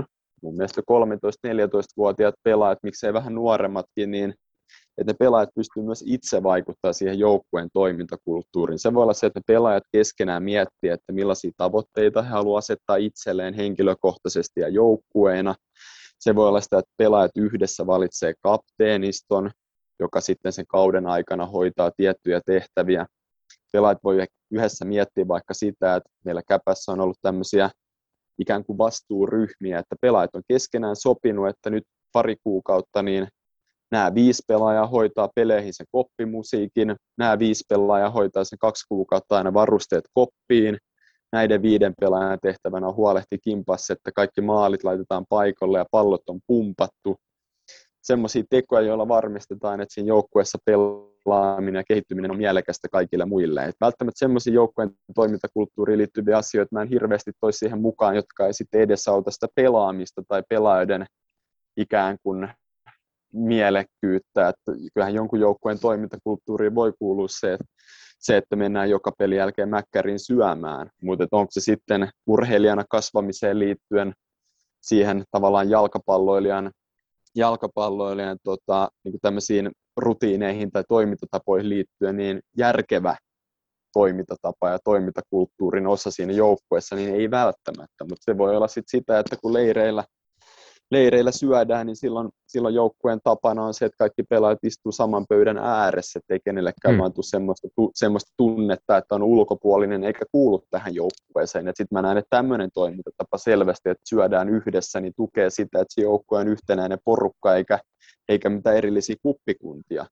mun mielestä kolmetoista-neljätoista-vuotiaat pelaajat, miksei vähän nuoremmatkin, niin että ne pelaajat pystyvät myös itse vaikuttamaan siihen joukkueen toimintakulttuuriin. Se voi olla se, että ne pelaajat keskenään miettii, että millaisia tavoitteita he haluavat asettaa itselleen henkilökohtaisesti ja joukkueena. Se voi olla sitä, että pelaajat yhdessä valitsee kapteeniston, joka sitten sen kauden aikana hoitaa tiettyjä tehtäviä. Pelaajat voi yhdessä miettiä vaikka sitä, että meillä Käpässä on ollut tämmöisiä ikään kuin vastuuryhmiä, että pelaajat on keskenään sopinut, että nyt pari kuukautta niin nämä viisi pelaajaa hoitaa peleihin sen koppimusiikin, nämä viisi pelaajaa hoitaa sen kaksi kuukautta aina varusteet koppiin. Näiden viiden pelaajan tehtävänä on huolehtia kimpassa, että kaikki maalit laitetaan paikalle ja pallot on pumpattu. Semmoisia tekoja, joilla varmistetaan, että siinä joukkueessa pelaaminen ja kehittyminen on mielekästä kaikille muille. Et välttämättä semmoisia joukkueen toimintakulttuuriin liittyviä asioita mä en hirveästi toisi siihen mukaan, jotka ei sitten edesauta sitä pelaamista tai pelaajien ikään kuin mielekkyyttä. Että kyllähän jonkun joukkueen toimintakulttuuriin voi kuulua se, että se, että mennään joka pelin jälkeen mäkkäriin syömään, mutta onko se sitten urheilijana kasvamiseen liittyen siihen tavallaan jalkapalloilijan, jalkapalloilijan tota, niin tämmöisiin rutiineihin tai toimintatapoihin liittyen niin järkevä toimintatapa ja toimintakulttuurin osa siinä joukkueessa, niin ei välttämättä, mutta se voi olla sitten sitä, että kun leireillä leireillä syödään, niin silloin, silloin joukkueen tapana on se, että kaikki pelaajat istuu saman pöydän ääressä, ettei kenellekään mm. vaan tule semmoista, tu, semmoista tunnetta, että on ulkopuolinen eikä kuulu tähän joukkueeseen. Sitten mä näen, että tämmöinen toimintatapa selvästi, että syödään yhdessä, niin tukee sitä, että se joukkue on yhtenäinen porukka eikä, eikä mitään erillisiä kuppikuntia.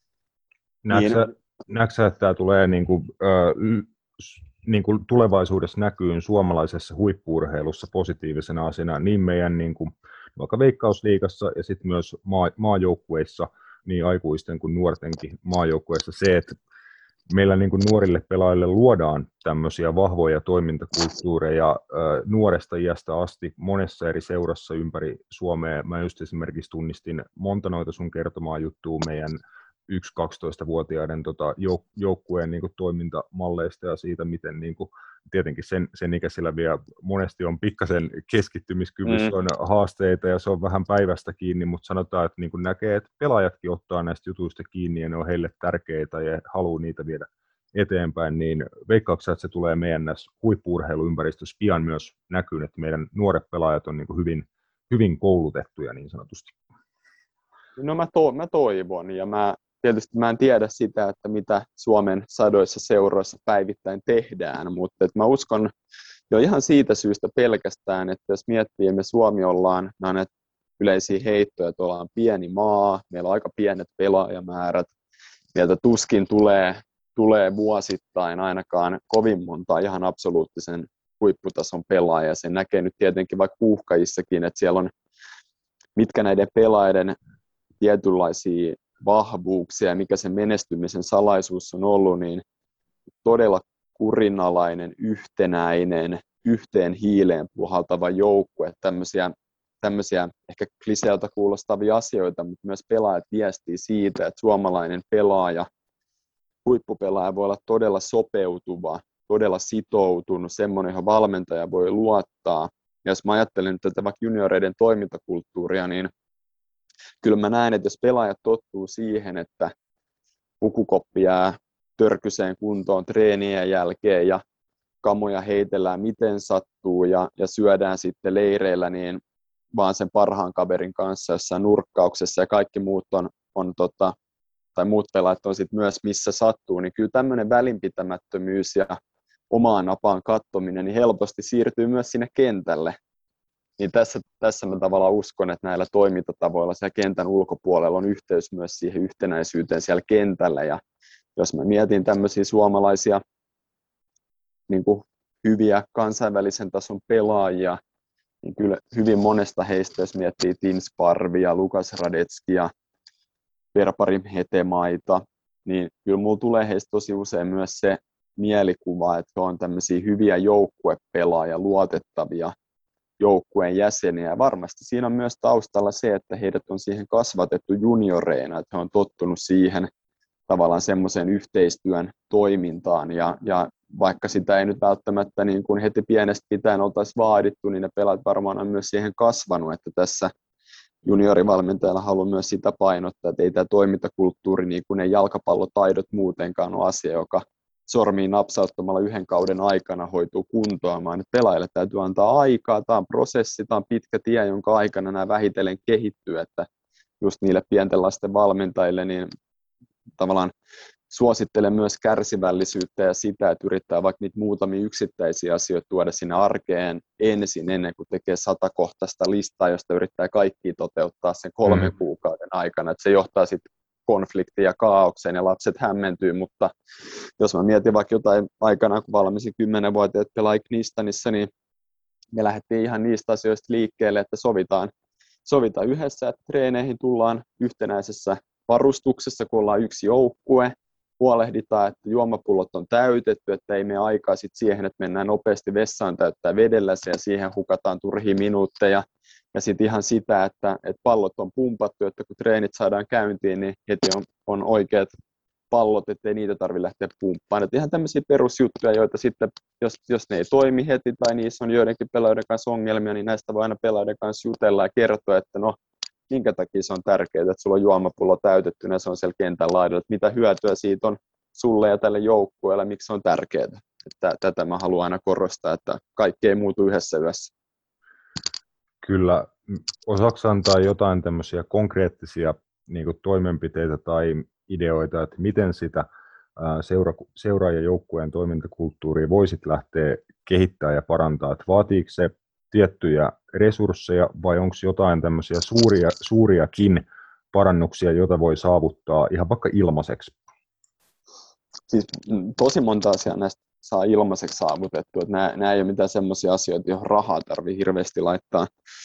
Näetkö niin, sä, että tämä tulee niin kuin, äh, niin kuin tulevaisuudessa näkyy suomalaisessa huippu-urheilussa positiivisena asiana niin meidän niin kuin, vaikka Veikkausliigassa ja sitten myös maa, maajoukkueissa, niin aikuisten kuin nuortenkin maajoukkueissa se, että meillä niin kuin nuorille pelaajille luodaan tämmöisiä vahvoja toimintakulttuureja äh, nuoresta iästä asti monessa eri seurassa ympäri Suomea. Mä just esimerkiksi tunnistin monta noita sun kertomaa juttua meidän yksi-kaksitoistavuotiaiden tota, jouk- joukkueen niin kuin toimintamalleista ja siitä, miten niin kuin, tietenkin sen, sen ikäisillä vielä monesti on pikkasen keskittymiskyvyssä mm. on haasteita ja se on vähän päivästä kiinni, mutta sanotaan, että niin kuin näkee, että pelaajatkin ottaa näistä jutuista kiinni ja ne on heille tärkeitä ja haluaa niitä viedä eteenpäin, niin veikkaatko, että se tulee meidän näissä huippu-urheiluympäristössä pian myös näkyyn, että meidän nuoret pelaajat on niin kuin hyvin, hyvin koulutettuja niin sanotusti? No mä, to- mä toivon ja mä Tietysti mä en tiedä sitä, että mitä Suomen sadoissa seuroissa päivittäin tehdään, mutta että mä uskon jo ihan siitä syystä pelkästään, että jos miettii, me Suomi ollaan, nämä näitä yleisiä heittoja, että ollaan pieni maa, meillä on aika pienet pelaajamäärät, meiltä tuskin tulee, tulee vuosittain ainakaan kovin monta ihan absoluuttisen huipputason pelaajaa. Se näkee nyt tietenkin vaikka Puuhkajissakin, että siellä on mitkä näiden pelaajien tietynlaisia vahvuuksia ja mikä sen menestymisen salaisuus on ollut, niin todella kurinalainen, yhtenäinen, yhteen hiileen puhaltava joukkue. Tämmöisiä, tämmöisiä ehkä kliseeltä kuulostavia asioita, mutta myös pelaajat viestii siitä, että suomalainen pelaaja, huippupelaaja voi olla todella sopeutuva, todella sitoutunut, semmoinen, johon valmentaja voi luottaa. Ja jos mä ajattelen nyt tätä vaikka junioreiden toimintakulttuuria, niin kyllä mä näen, että jos pelaajat tottuu siihen, että pukukoppi jää törkyseen kuntoon treenien jälkeen ja kamoja heitellään miten sattuu ja, ja syödään sitten leireillä niin vaan sen parhaan kaverin kanssa jossain nurkkauksessa ja kaikki muut on, on tota, tai muut pelaajat on sitten myös missä sattuu, niin kyllä tämmöinen välinpitämättömyys ja omaan napaan kattominen niin helposti siirtyy myös sinne kentälle. Niin tässä, tässä mä tavallaan uskon, että näillä toimintatavoilla siellä kentän ulkopuolella on yhteys myös siihen yhtenäisyyteen siellä kentällä. Ja jos mä mietin tämmöisiä suomalaisia niin kuin hyviä kansainvälisen tason pelaajia, niin kyllä hyvin monesta heistä, jos miettii Tim Sparvia, Lukas Radetskia, Verpari Hetemaita, niin kyllä mulla tulee heistä tosi usein myös se mielikuva, että he on tämmöisiä hyviä joukkuepelaajia, luotettavia joukkueen jäseniä. Ja varmasti siinä on myös taustalla se, että heidät on siihen kasvatettu junioreina, että he on tottunut siihen tavallaan semmoisen yhteistyön toimintaan ja, ja vaikka sitä ei nyt välttämättä niin kuin heti pienestä pitäen oltaisi vaadittu, niin ne pelaajat varmaan on myös siihen kasvanut, että tässä juniorivalmentajalla haluan myös sitä painottaa, että ei tämä toimintakulttuuri, niin kuin ne jalkapallotaidot muutenkaan ole asia, joka sormiin napsauttamalla yhden kauden aikana hoituu kuntoamaan. Pelaajille täytyy antaa aikaa, tämä on prosessi, tämä on pitkä tie, jonka aikana nämä vähitellen kehittyy, että just niille pienten lasten valmentajille, niin tavallaan suosittelen myös kärsivällisyyttä ja sitä, että yrittää vaikka niitä muutamia yksittäisiä asioita tuoda sinne arkeen ensin, ennen kuin tekee satakohtaista listaa, josta yrittää kaikki toteuttaa sen kolmen mm. kuukauden aikana. Että se johtaa sitten konfliktiin ja kaaukseen ja lapset hämmentyy, mutta jos mä mietin vaikka jotain aikana, kun valmisin kymmenvuotiaat pelaa Knistanissa, niin me lähdettiin ihan niistä asioista liikkeelle, että sovitaan, sovitaan yhdessä, että treeneihin tullaan yhtenäisessä varustuksessa, kun ollaan yksi joukkue, huolehditaan, että juomapullot on täytetty, että ei mene aikaa sit siihen, että mennään nopeasti vessaan täyttää vedellä ja siihen hukataan turhia minuutteja. Ja sitten ihan sitä, että, että pallot on pumpattu, että kun treenit saadaan käyntiin, niin heti on, on oikeat pallot, ettei niitä tarvitse lähteä pumppaan. Että ihan tämmöisiä perusjuttuja, joita sitten, jos, jos ne ei toimi heti tai niissä on joidenkin pelaajien kanssa ongelmia, niin näistä voi aina pelaajien kanssa jutella ja kertoa, että no, minkä takia se on tärkeää, että sulla on juomapullo täytettynä ja se on siellä kentän laidalla, että mitä hyötyä siitä on sulle ja tälle joukkueelle, miksi se on tärkeää. Että tätä mä haluan aina korostaa, että kaikki ei muutu yhdessä yössä. Kyllä, osaako antaa jotain tämmöisiä konkreettisia niin kuin toimenpiteitä tai ideoita, että miten sitä seura, seura- ja joukkueen toimintakulttuuria voisit lähteä kehittämään ja parantaa, että vaatiiko se tiettyjä resursseja vai onko jotain tämmöisiä suuria, suuriakin parannuksia, joita voi saavuttaa ihan vaikka ilmaiseksi? Siis tosi monta asiaa näistä saa ilmaiseksi saavutettua. Että nämä, nämä ei ole mitään semmoisia asioita, joihin rahaa tarvitsee hirveästi laittaa.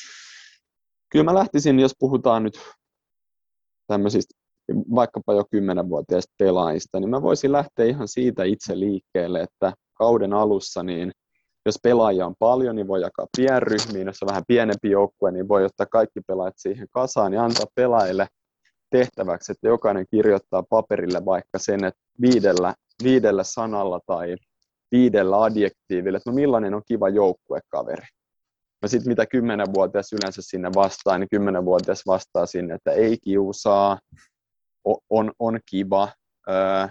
Kyllä mä lähtisin, jos puhutaan nyt tämmöisistä vaikkapa jo kymmenvuotiaista pelaajista, niin mä voisin lähteä ihan siitä itse liikkeelle, että kauden alussa, niin jos pelaajia on paljon, niin voi jakaa pienryhmiin. Jos on vähän pienempi joukkue, niin voi ottaa kaikki pelaajat siihen kasaan ja antaa pelaajille tehtäväksi, että jokainen kirjoittaa paperille vaikka sen, että viidellä, viidellä sanalla tai viidellä adjektiivillä, että no millainen on kiva joukkuekaveri. No sitten mitä kymmenvuotias yleensä sinne vastaa, niin kymmenvuotias vastaa sinne, että ei kiusaa, on, on kiva, öö,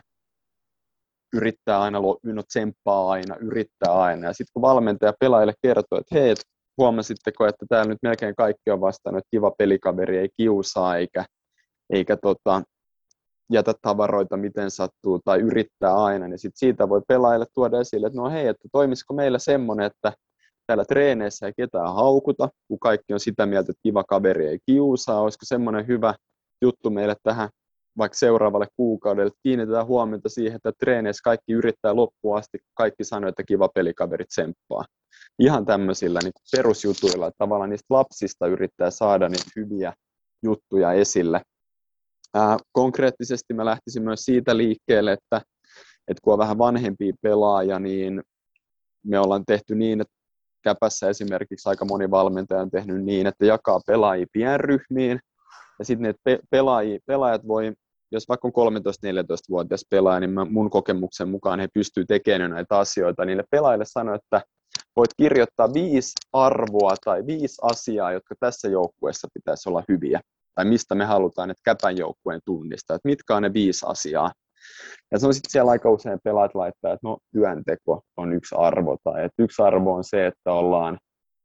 yrittää aina, no tsemppaa aina, yrittää aina. Ja sitten kun valmentaja pelaajille kertoo, että hei, huomasitteko, että täällä nyt melkein kaikki on vastannut, että kiva pelikaveri ei kiusaa eikä, eikä tota, jätä tavaroita miten sattuu tai yrittää aina, niin sit siitä voi pelaajille tuoda esille, että no hei, että toimisiko meillä semmoinen, että täällä treeneissä ei ketään haukuta, kun kaikki on sitä mieltä, että kiva kaveri ei kiusaa, olisiko semmoinen hyvä juttu meille tähän vaikka seuraavalle kuukaudelle, että kiinnitetään huomiota siihen, että treeneissä kaikki yrittää loppuun asti, kaikki sanoo, että kiva pelikaveri tsemppaa. Ihan tämmöisillä niin perusjutuilla, että tavallaan niistä lapsista yrittää saada niitä hyviä juttuja esille. Ää, konkreettisesti mä lähtisin myös siitä liikkeelle, että, että kun on vähän vanhempia pelaajia, niin me ollaan tehty niin, että Käpässä esimerkiksi aika moni valmentaja on tehnyt niin, että jakaa pelaajia pienryhmiin, ja sitten ne pe- pelaajia, pelaajat voi, jos vaikka on kolmetoista-neljätoista-vuotias pelaaja, niin mä, mun kokemuksen mukaan he pystyy tekemään näitä asioita. Niille pelaajille sanoo, että voit kirjoittaa viisi arvoa tai viisi asiaa, jotka tässä joukkueessa pitäisi olla hyviä. Tai mistä me halutaan, että Käpän joukkueen tunnistaa, että mitkä on ne viisi asiaa. Ja se on sitten siellä aika usein pelaajat laittaa, että no työnteko on yksi arvo, tai että yksi arvo on se, että ollaan,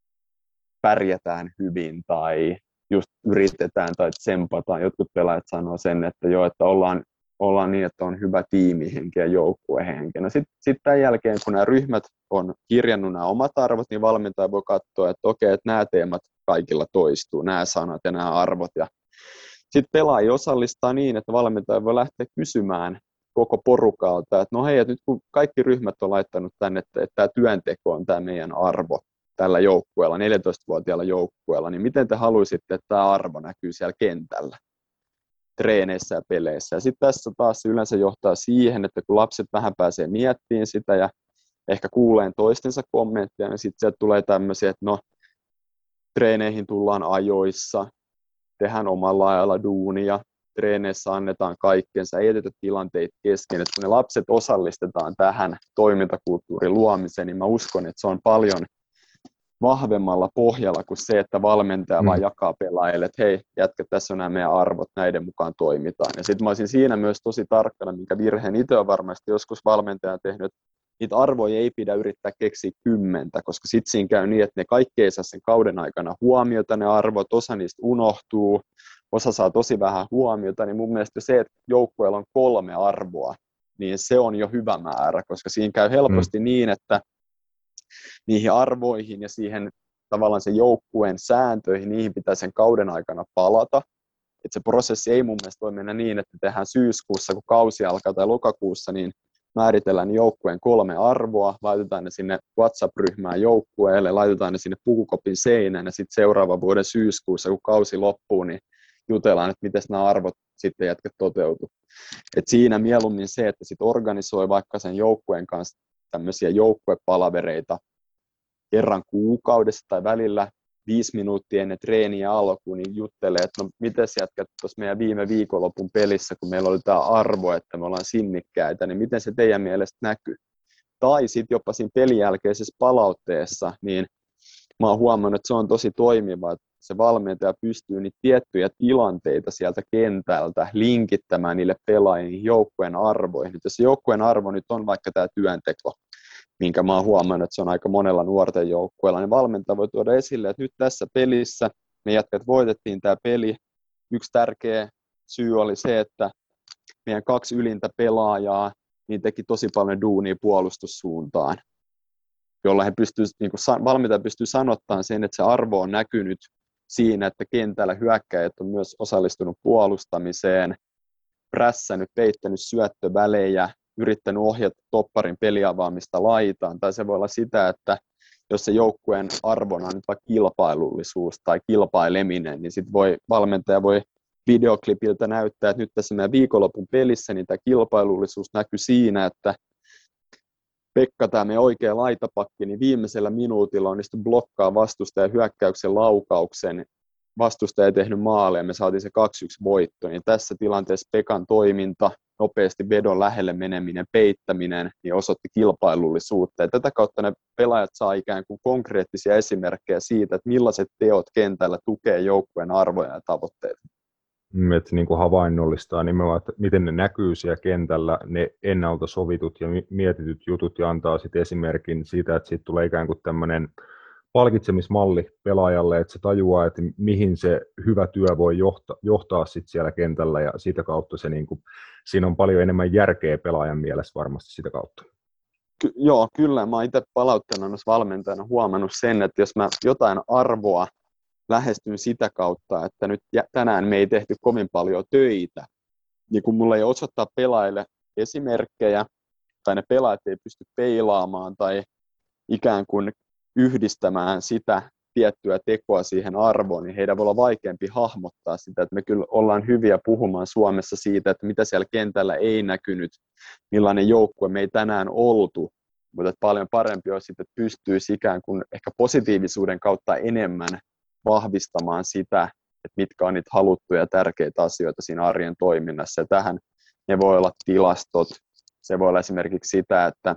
pärjätään hyvin, tai just yritetään tai tsempataan. Jotkut pelaajat sanoo sen, että joo, että ollaan, ollaan niin, että on hyvä tiimihenki ja joukkuehenki. No sitten sit tämän jälkeen, kun nämä ryhmät on kirjannut nämä omat arvot, niin valmentaja voi katsoa, että okei, että nämä teemat kaikilla toistuu, nämä sanat ja nämä arvot. Ja sitten pelaajia osallistaa niin, että valmentaja voi lähteä kysymään koko porukalta, että no hei, että nyt kun kaikki ryhmät on laittanut tänne, että, että tämä työnteko on tämä meidän arvo tällä joukkueella, neljätoistavuotiaalla joukkueella, niin miten te haluaisitte, että tämä arvo näkyy siellä kentällä, treeneissä ja peleissä. Ja sitten tässä taas se yleensä johtaa siihen, että kun lapset vähän pääsee miettimään sitä ja ehkä kuuleen toistensa kommentteja, niin sitten sieltä tulee tämmöisiä, että no, treeneihin tullaan ajoissa, tehdään omalla ajalla duunia, treeneissä annetaan kaikkensa, ei jätetä tilanteita kesken, että kun ne lapset osallistetaan tähän toimintakulttuurin luomiseen, niin mä uskon, että se on paljon vahvemmalla pohjalla kuin se, että valmentaja mm. vaan jakaa pelaajille, että hei, jätkä, tässä on nämä meidän arvot, näiden mukaan toimitaan. Ja sitten mä olisin siinä myös tosi tarkkana, minkä virheen itse on varmasti joskus valmentaja tehnyt, että niitä arvoja ei pidä yrittää keksiä kymmentä, koska sitten siinä käy niin, että ne kaikki ei saa sen kauden aikana huomiota, ne arvot, osa niistä unohtuu, osa saa tosi vähän huomiota, niin mun mielestä se, että joukkueella on kolme arvoa, niin se on jo hyvä määrä, koska siinä käy helposti mm. niin, että niihin arvoihin ja siihen tavallaan sen joukkueen sääntöihin, niihin pitää sen kauden aikana palata. Että se prosessi ei mun mielestä voi mennä niin, että tehdään syyskuussa, kun kausi alkaa, tai lokakuussa, niin määritellään joukkueen kolme arvoa, laitetaan ne sinne WhatsApp-ryhmään joukkueelle, laitetaan ne sinne pukukopin seinään, ja sitten seuraavan vuoden syyskuussa, kun kausi loppuu, niin jutellaan, että miten nämä arvot sitten jätkät toteutuu. Et siinä mieluummin se, että sit organisoi vaikka sen joukkueen kanssa tämmöisiä joukkuepalavereita kerran kuukaudessa tai välillä viisi minuuttia ennen treeniä alkuun, niin juttelee, että no miten jätkät tuossa meidän viime viikonlopun pelissä, kun meillä oli tämä arvo, että me ollaan sinnikkäitä, niin miten se teidän mielestä näkyy? Tai sitten jopa siinä pelin jälkeisessä palautteessa, niin mä oon huomannut, että se on tosi toimiva, että se valmentaja pystyy niitä tiettyjä tilanteita sieltä kentältä linkittämään niille pelaajien joukkueen arvoihin. Nyt jos joukkueen arvo nyt on vaikka tämä työnteko, minkä mä oon huomannut, että se on aika monella nuorten joukkueella, niin valmentaja voi tuoda esille, että nyt tässä pelissä me jätkät voitettiin tämä peli. Yksi tärkeä syy oli se, että meidän kaksi ylintä pelaajaa niin teki tosi paljon duunia puolustussuuntaan, jolla he pystyy, niin kuin valmentaja pystyy sanottamaan sen, että se arvo on näkynyt siinä, että kentällä hyökkäjät on myös osallistunut puolustamiseen, prässännyt, peittänyt syöttövälejä, yrittänyt ohjata topparin peliavaamista laitaan, tai se voi olla sitä, että jos se joukkueen arvona on nyt vaikka kilpailullisuus tai kilpaileminen, niin sitten voi, valmentaja voi videoklipiltä näyttää, että nyt tässä meidän viikonlopun pelissä niin tämä kilpailullisuus näkyy siinä, että Pekka, tämä meidän oikea laitapakki, niin viimeisellä minuutilla onnistui blokkaa vastustajan hyökkäyksen laukauksen, vastustaja ei tehnyt maaleja, me saatiin se kaksi yksi voitto, niin tässä tilanteessa Pekan toiminta, nopeasti vedon lähelle meneminen, peittäminen, niin osoitti kilpailullisuutta. Ja tätä kautta ne pelaajat saa ikään kuin konkreettisia esimerkkejä siitä, että millaiset teot kentällä tukee joukkueen arvoja ja tavoitteita. Että niin kuin havainnollistaa nimenomaan, että miten ne näkyy siellä kentällä, ne ennalta sovitut ja mietityt jutut, ja antaa sitten esimerkin siitä, että siitä tulee ikään kuin tämmöinen palkitsemismalli pelaajalle, että se tajuaa, että mihin se hyvä työ voi johtaa, johtaa sit siellä kentällä, ja sitä kautta se niin kuin, siinä on paljon enemmän järkeä pelaajan mielessä varmasti sitä kautta. Ky- joo, kyllä. Mä oon itse palautteena valmentajana huomannut sen, että jos mä jotain arvoa lähestyn sitä kautta, että nyt tänään me ei tehty kovin paljon töitä, niin kun mulla ei osoittaa pelaajille esimerkkejä, tai ne pelaajat ei pysty peilaamaan, tai ikään kuin yhdistämään sitä tiettyä tekoa siihen arvoon, niin heidän voi olla vaikeampi hahmottaa sitä, että me kyllä ollaan hyviä puhumaan Suomessa siitä, että mitä siellä kentällä ei näkynyt, millainen joukkue me ei tänään oltu, mutta paljon parempi olisi, että pystyisi ikään kuin ehkä positiivisuuden kautta enemmän vahvistamaan sitä, että mitkä on niitä haluttuja tärkeitä asioita siinä arjen toiminnassa. Ja tähän ne voi olla tilastot, se voi olla esimerkiksi sitä, että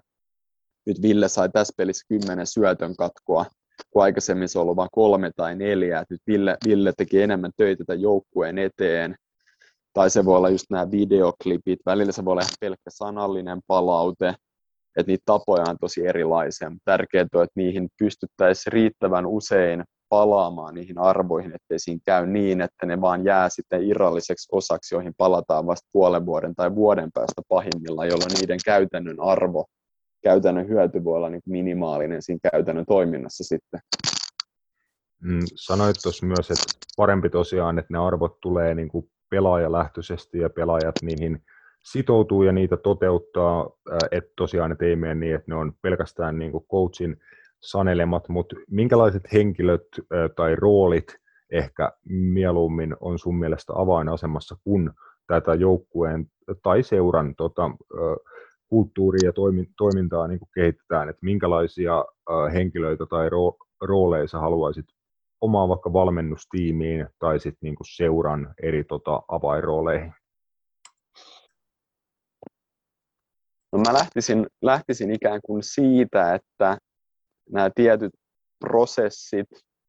nyt Ville sai tässä pelissä kymmenen syötön katkoa, kun aikaisemmin se on ollut vain kolme tai neljä, että nyt Ville, Ville teki enemmän töitä tämän joukkueen eteen, tai se voi olla just nämä videoklipit, välillä se voi olla pelkkä sanallinen palaute, että niitä tapoja on tosi erilaisia, mutta tärkeää on, että niihin pystyttäisiin riittävän usein palaamaan niihin arvoihin, ettei siinä käy niin, että ne vaan jää sitten irralliseksi osaksi, joihin palataan vasta puolen vuoden tai vuoden päästä pahimmillaan, jolloin niiden käytännön arvo, käytännön hyöty voi olla niin minimaalinen siinä käytännön toiminnassa sitten. Mm, sanoit tuossa myös, että parempi tosiaan, että ne arvot tulee niin kuin pelaajalähtöisesti ja pelaajat niihin sitoutuu ja niitä toteuttaa, että tosiaan et ei mene niin, että ne on pelkästään niin kuin coachin sanelemat, mutta minkälaiset henkilöt tai roolit ehkä mieluummin on sun mielestä avainasemassa, kun tätä joukkueen tai seuran tota, kulttuuria ja toimintaa niin kuin kehitetään, että minkälaisia henkilöitä tai rooleja sä haluaisit omaan vaikka valmennustiimiin tai sitten niinku seuran eri tota, avainrooleihin? No mä lähtisin, lähtisin ikään kuin siitä, että nämä tietyt prosessit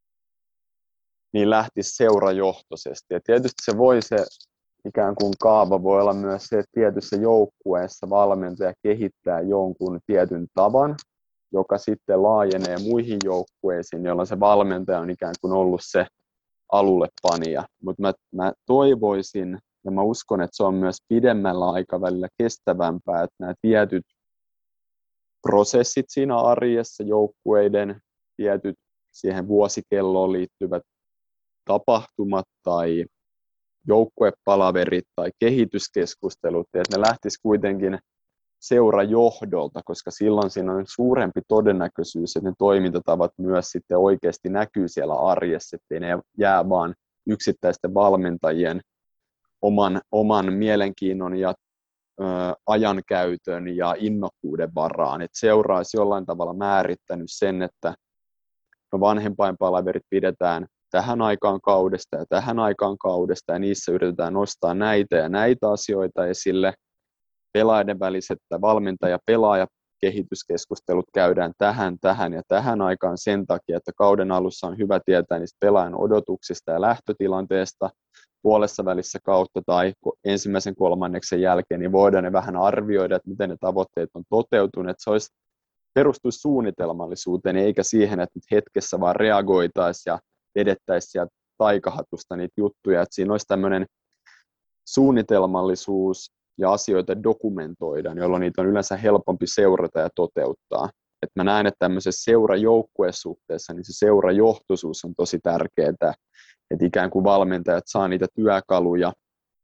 niin lähtisi seurajohtoisesti. Ja tietysti se voi se ikään kuin kaava voi olla myös se, että tietyssä joukkueessa valmentaja kehittää jonkun tietyn tavan, joka sitten laajenee muihin joukkueisiin, jolloin se valmentaja on ikään kuin ollut se alullepanija. Mutta mä, mä toivoisin, ja mä uskon, että se on myös pidemmällä aikavälillä kestävämpää, että nämä tietyt prosessit siinä arjessa, joukkueiden tietyt siihen vuosikelloon liittyvät tapahtumat tai joukkuepalaverit tai kehityskeskustelut, että ne lähtis kuitenkin seurajohdolta, koska silloin siinä on suurempi todennäköisyys, että ne toimintatavat myös sitten oikeasti näkyy siellä arjessa, ettei ne jää vaan yksittäisten valmentajien oman, oman mielenkiinnon ja ö, ajankäytön ja innokkuuden varaan. Että seura olisi jollain tavalla määrittänyt sen, että no vanhempainpalaverit pidetään tähän aikaan kaudesta ja tähän aikaan kaudesta, ja niissä yritetään nostaa näitä ja näitä asioita esille. Pelaajien väliset valmentaja-pelaaja-kehityskeskustelut käydään tähän, tähän ja tähän aikaan sen takia, että kauden alussa on hyvä tietää niistä pelaajan odotuksista ja lähtötilanteesta. Puolessa välissä kautta tai ensimmäisen kolmanneksen jälkeen, niin voidaan ne vähän arvioida, että miten ne tavoitteet on toteutuneet. Se olisi perustuisi suunnitelmallisuuteen, eikä siihen, että nyt hetkessä vaan reagoitaisiin ja vedettäisiin sieltä taikahatusta niitä juttuja, että siinä olisi tämmöinen suunnitelmallisuus ja asioita dokumentoidaan, jolloin niitä on yleensä helpompi seurata ja toteuttaa. Et mä näen, että tämmöisessä seurajoukkuesuhteessa niin se seurajohtoisuus on tosi tärkeää, että ikään kuin valmentajat saa niitä työkaluja,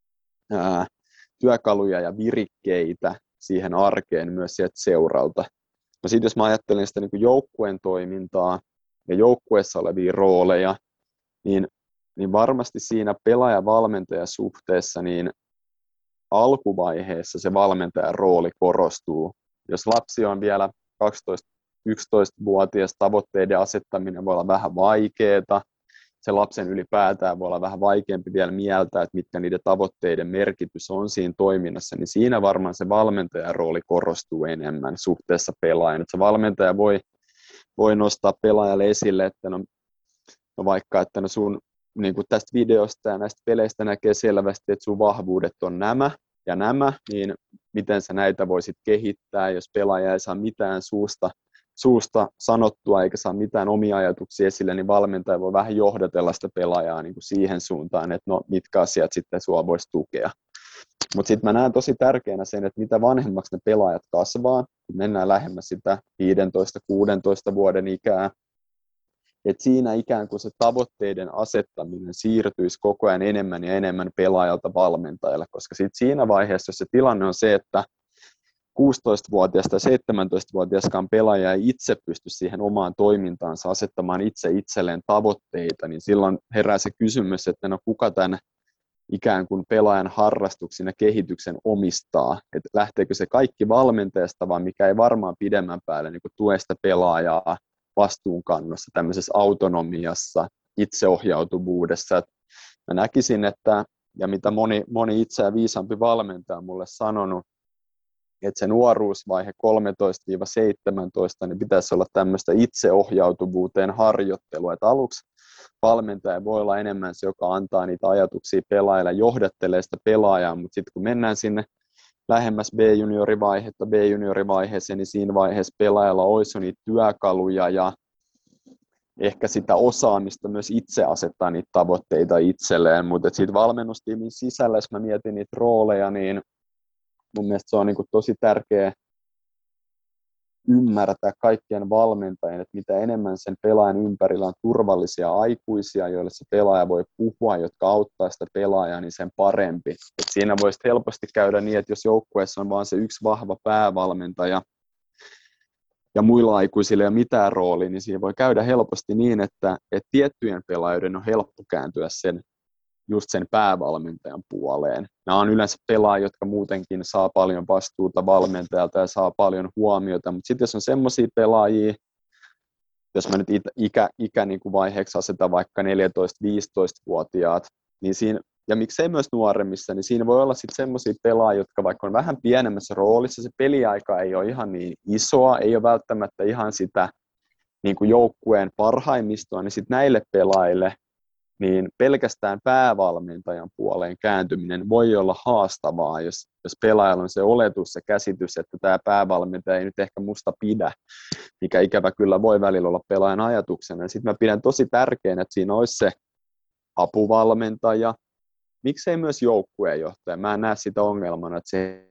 ää, työkaluja ja virikkeitä siihen arkeen myös sieltä seuralta. No sitten jos mä ajattelen sitä niin kuin joukkueen toimintaa ja joukkueessa olevia rooleja, niin, niin varmasti siinä pelaaja-valmentaja-suhteessa niin alkuvaiheessa se valmentajan rooli korostuu. Jos lapsi on vielä kaksitoista-yksitoistavuotias, tavoitteiden asettaminen voi olla vähän vaikeaa. Se lapsen ylipäätään voi olla vähän vaikeampi vielä mieltää, että mitkä niiden tavoitteiden merkitys on siinä toiminnassa, niin siinä varmaan se valmentajan rooli korostuu enemmän suhteessa pelaajan. Että se valmentaja voi, voi nostaa pelaajalle esille, että no, no vaikka, että no sun niin kuin tästä videosta ja näistä peleistä näkee selvästi, että sun vahvuudet on nämä ja nämä, niin miten sä näitä voisit kehittää, jos pelaaja ei saa mitään suusta, suusta sanottua eikä saa mitään omia ajatuksia esille, niin valmentaja voi vähän johdatella sitä pelaajaa niin kuin siihen suuntaan, että no mitkä asiat sitten sua voisi tukea. Mutta sitten mä näen tosi tärkeänä sen, että mitä vanhemmaksi ne pelaajat kasvaa, kun mennään lähemmäs sitä viisitoista kuusitoista vuoden ikää, että siinä ikään kuin se tavoitteiden asettaminen siirtyisi koko ajan enemmän ja enemmän pelaajalta valmentajalle, koska sit siinä vaiheessa, jos se tilanne on se, että kuusitoistavuotias tai seitsemäntoistavuotiaskaan pelaaja ei itse pysty siihen omaan toimintaansa asettamaan itse itselleen tavoitteita, niin silloin herää se kysymys, että no kuka tämän ikään kuin pelaajan harrastuksen ja kehityksen omistaa, että lähteekö se kaikki valmentajasta, vaan mikä ei varmaan pidemmän päälle niin kuin tue sitä pelaajaa vastuunkannossa, tämmöisessä autonomiassa, itseohjautuvuudessa. Et mä näkisin, että, ja mitä moni, moni itseään viisaampi valmentaja on mulle sanonut, että se nuoruusvaihe kolmetoista seitsemäntoista niin pitäisi olla tämmöistä itseohjautuvuuteen harjoittelua. Et aluksi valmentaja voi olla enemmän se, joka antaa niitä ajatuksia pelaajalle, johdattelee sitä pelaajaa, mutta sitten kun mennään sinne lähemmäs B-juniorivaihetta, B-juniorivaiheeseen, niin siinä vaiheessa pelaajalla olisi jo niitä työkaluja ja ehkä sitä osaamista myös itse asettaa niitä tavoitteita itselleen, mutta sitten valmennustiimin sisällä, jos mä mietin niitä rooleja, niin mun mielestä se on niin kuin tosi tärkeä ymmärtää kaikkien valmentajien, että mitä enemmän sen pelaajan ympärillä on turvallisia aikuisia, joille se pelaaja voi puhua, jotka auttaa sitä pelaajaa, niin sen parempi. Et siinä voisi helposti käydä niin, että jos joukkueessa on vain se yksi vahva päävalmentaja ja muilla aikuisilla ei ole mitään roolia, niin siinä voi käydä helposti niin, että, että tiettyjen pelaajien on helppo kääntyä sen just sen päävalmentajan puoleen. Nämä on yleensä pelaajia, jotka muutenkin saa paljon vastuuta valmentajalta ja saa paljon huomiota, mutta sitten jos on semmoisia pelaajia, jos mä nyt ikä, ikä niin kuin vaiheeksi asetan vaikka neljätoista-viisitoista-vuotiaat, niin siinä, ja miksei myös nuoremmissa, niin siinä voi olla sitten semmoisia pelaajia, jotka vaikka on vähän pienemmässä roolissa, se peliaika ei ole ihan niin isoa, ei ole välttämättä ihan sitä niin kuin joukkueen parhaimmistoa, niin sitten näille pelaajille niin pelkästään päävalmentajan puoleen kääntyminen voi olla haastavaa, jos, jos pelaajalla on se oletus ja käsitys, että tämä päävalmentaja ei nyt ehkä musta pidä, mikä ikävä kyllä voi välillä olla pelaajan ajatuksena. Sitten mä pidän tosi tärkeänä, että siinä olisi se apuvalmentaja, miksei myös joukkueenjohtaja. Mä en näe sitä ongelmana, että se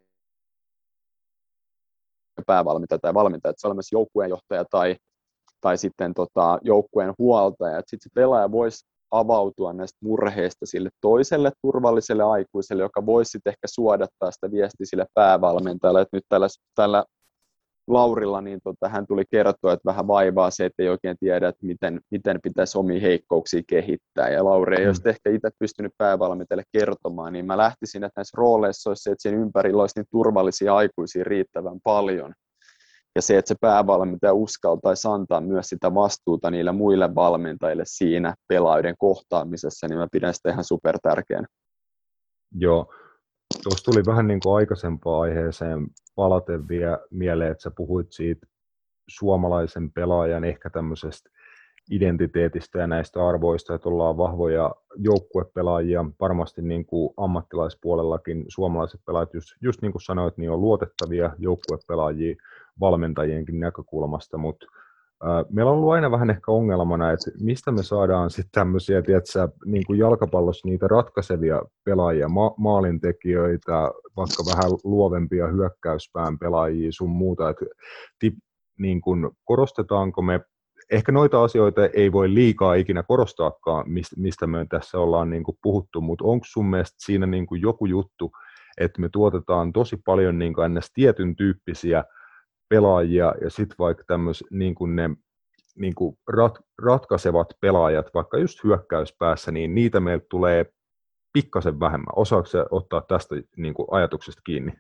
päävalmentaja tai valmentaja, että se on myös joukkueenjohtaja tai, tai sitten tota, joukkueen huoltaja. Sitten se pelaaja voisi avautua näistä murheista sille toiselle turvalliselle aikuiselle, joka voisi sitten ehkä suodattaa sitä viestiä sille päävalmentajalle, että nyt tällä, tällä Laurilla niin tota, hän tuli kertoa, että vähän vaivaa se, että ei oikein tiedä, että miten, miten pitäisi omia heikkouksia kehittää. Ja Lauri ei mm. olisi ehkä itse pystynyt päävalmentajalle kertomaan, niin mä lähtisin, että näissä rooleissa olisi se, että sen ympärillä olisi niin turvallisia aikuisia riittävän paljon. Ja se, että se päävalmentaja uskaltaisi antaa myös sitä vastuuta niille muille valmentajille siinä pelaajien kohtaamisessa, niin mä pidän sitä ihan super tärkeänä. Joo, tuossa tuli vähän niin kuin aikaisempaan aiheeseen palaten vielä mieleen, että sä puhuit siitä suomalaisen pelaajan ehkä tämmöisestä identiteetistä ja näistä arvoista, että ollaan vahvoja joukkuepelaajia, varmasti niin kuin ammattilaispuolellakin suomalaiset pelaajat, just, just niin kuin sanoit, niin on luotettavia joukkuepelaajia valmentajienkin näkökulmasta, mutta äh, meillä on ollut aina vähän ehkä ongelmana, että mistä me saadaan sitten tämmöisiä, tiedätkö, niin kuin jalkapallossa niitä ratkaisevia pelaajia, ma- maalintekijöitä, vaikka vähän luovempia hyökkäyspään pelaajia sun muuta, että tip, niin kuin, korostetaanko me, ehkä noita asioita ei voi liikaa ikinä korostaakaan, mistä me tässä ollaan niin kuin puhuttu, mutta onko sun mielestä siinä niin kuin joku juttu, että me tuotetaan tosi paljon niin kuin ns. Tietyn tyyppisiä pelaajia ja sitten vaikka tämmöis, niin kuin ne niin kuin rat, ratkaisevat pelaajat, vaikka just hyökkäyspäässä, niin niitä meiltä tulee pikkasen vähemmän. Osaatko sä ottaa tästä niin kuin ajatuksesta kiinni?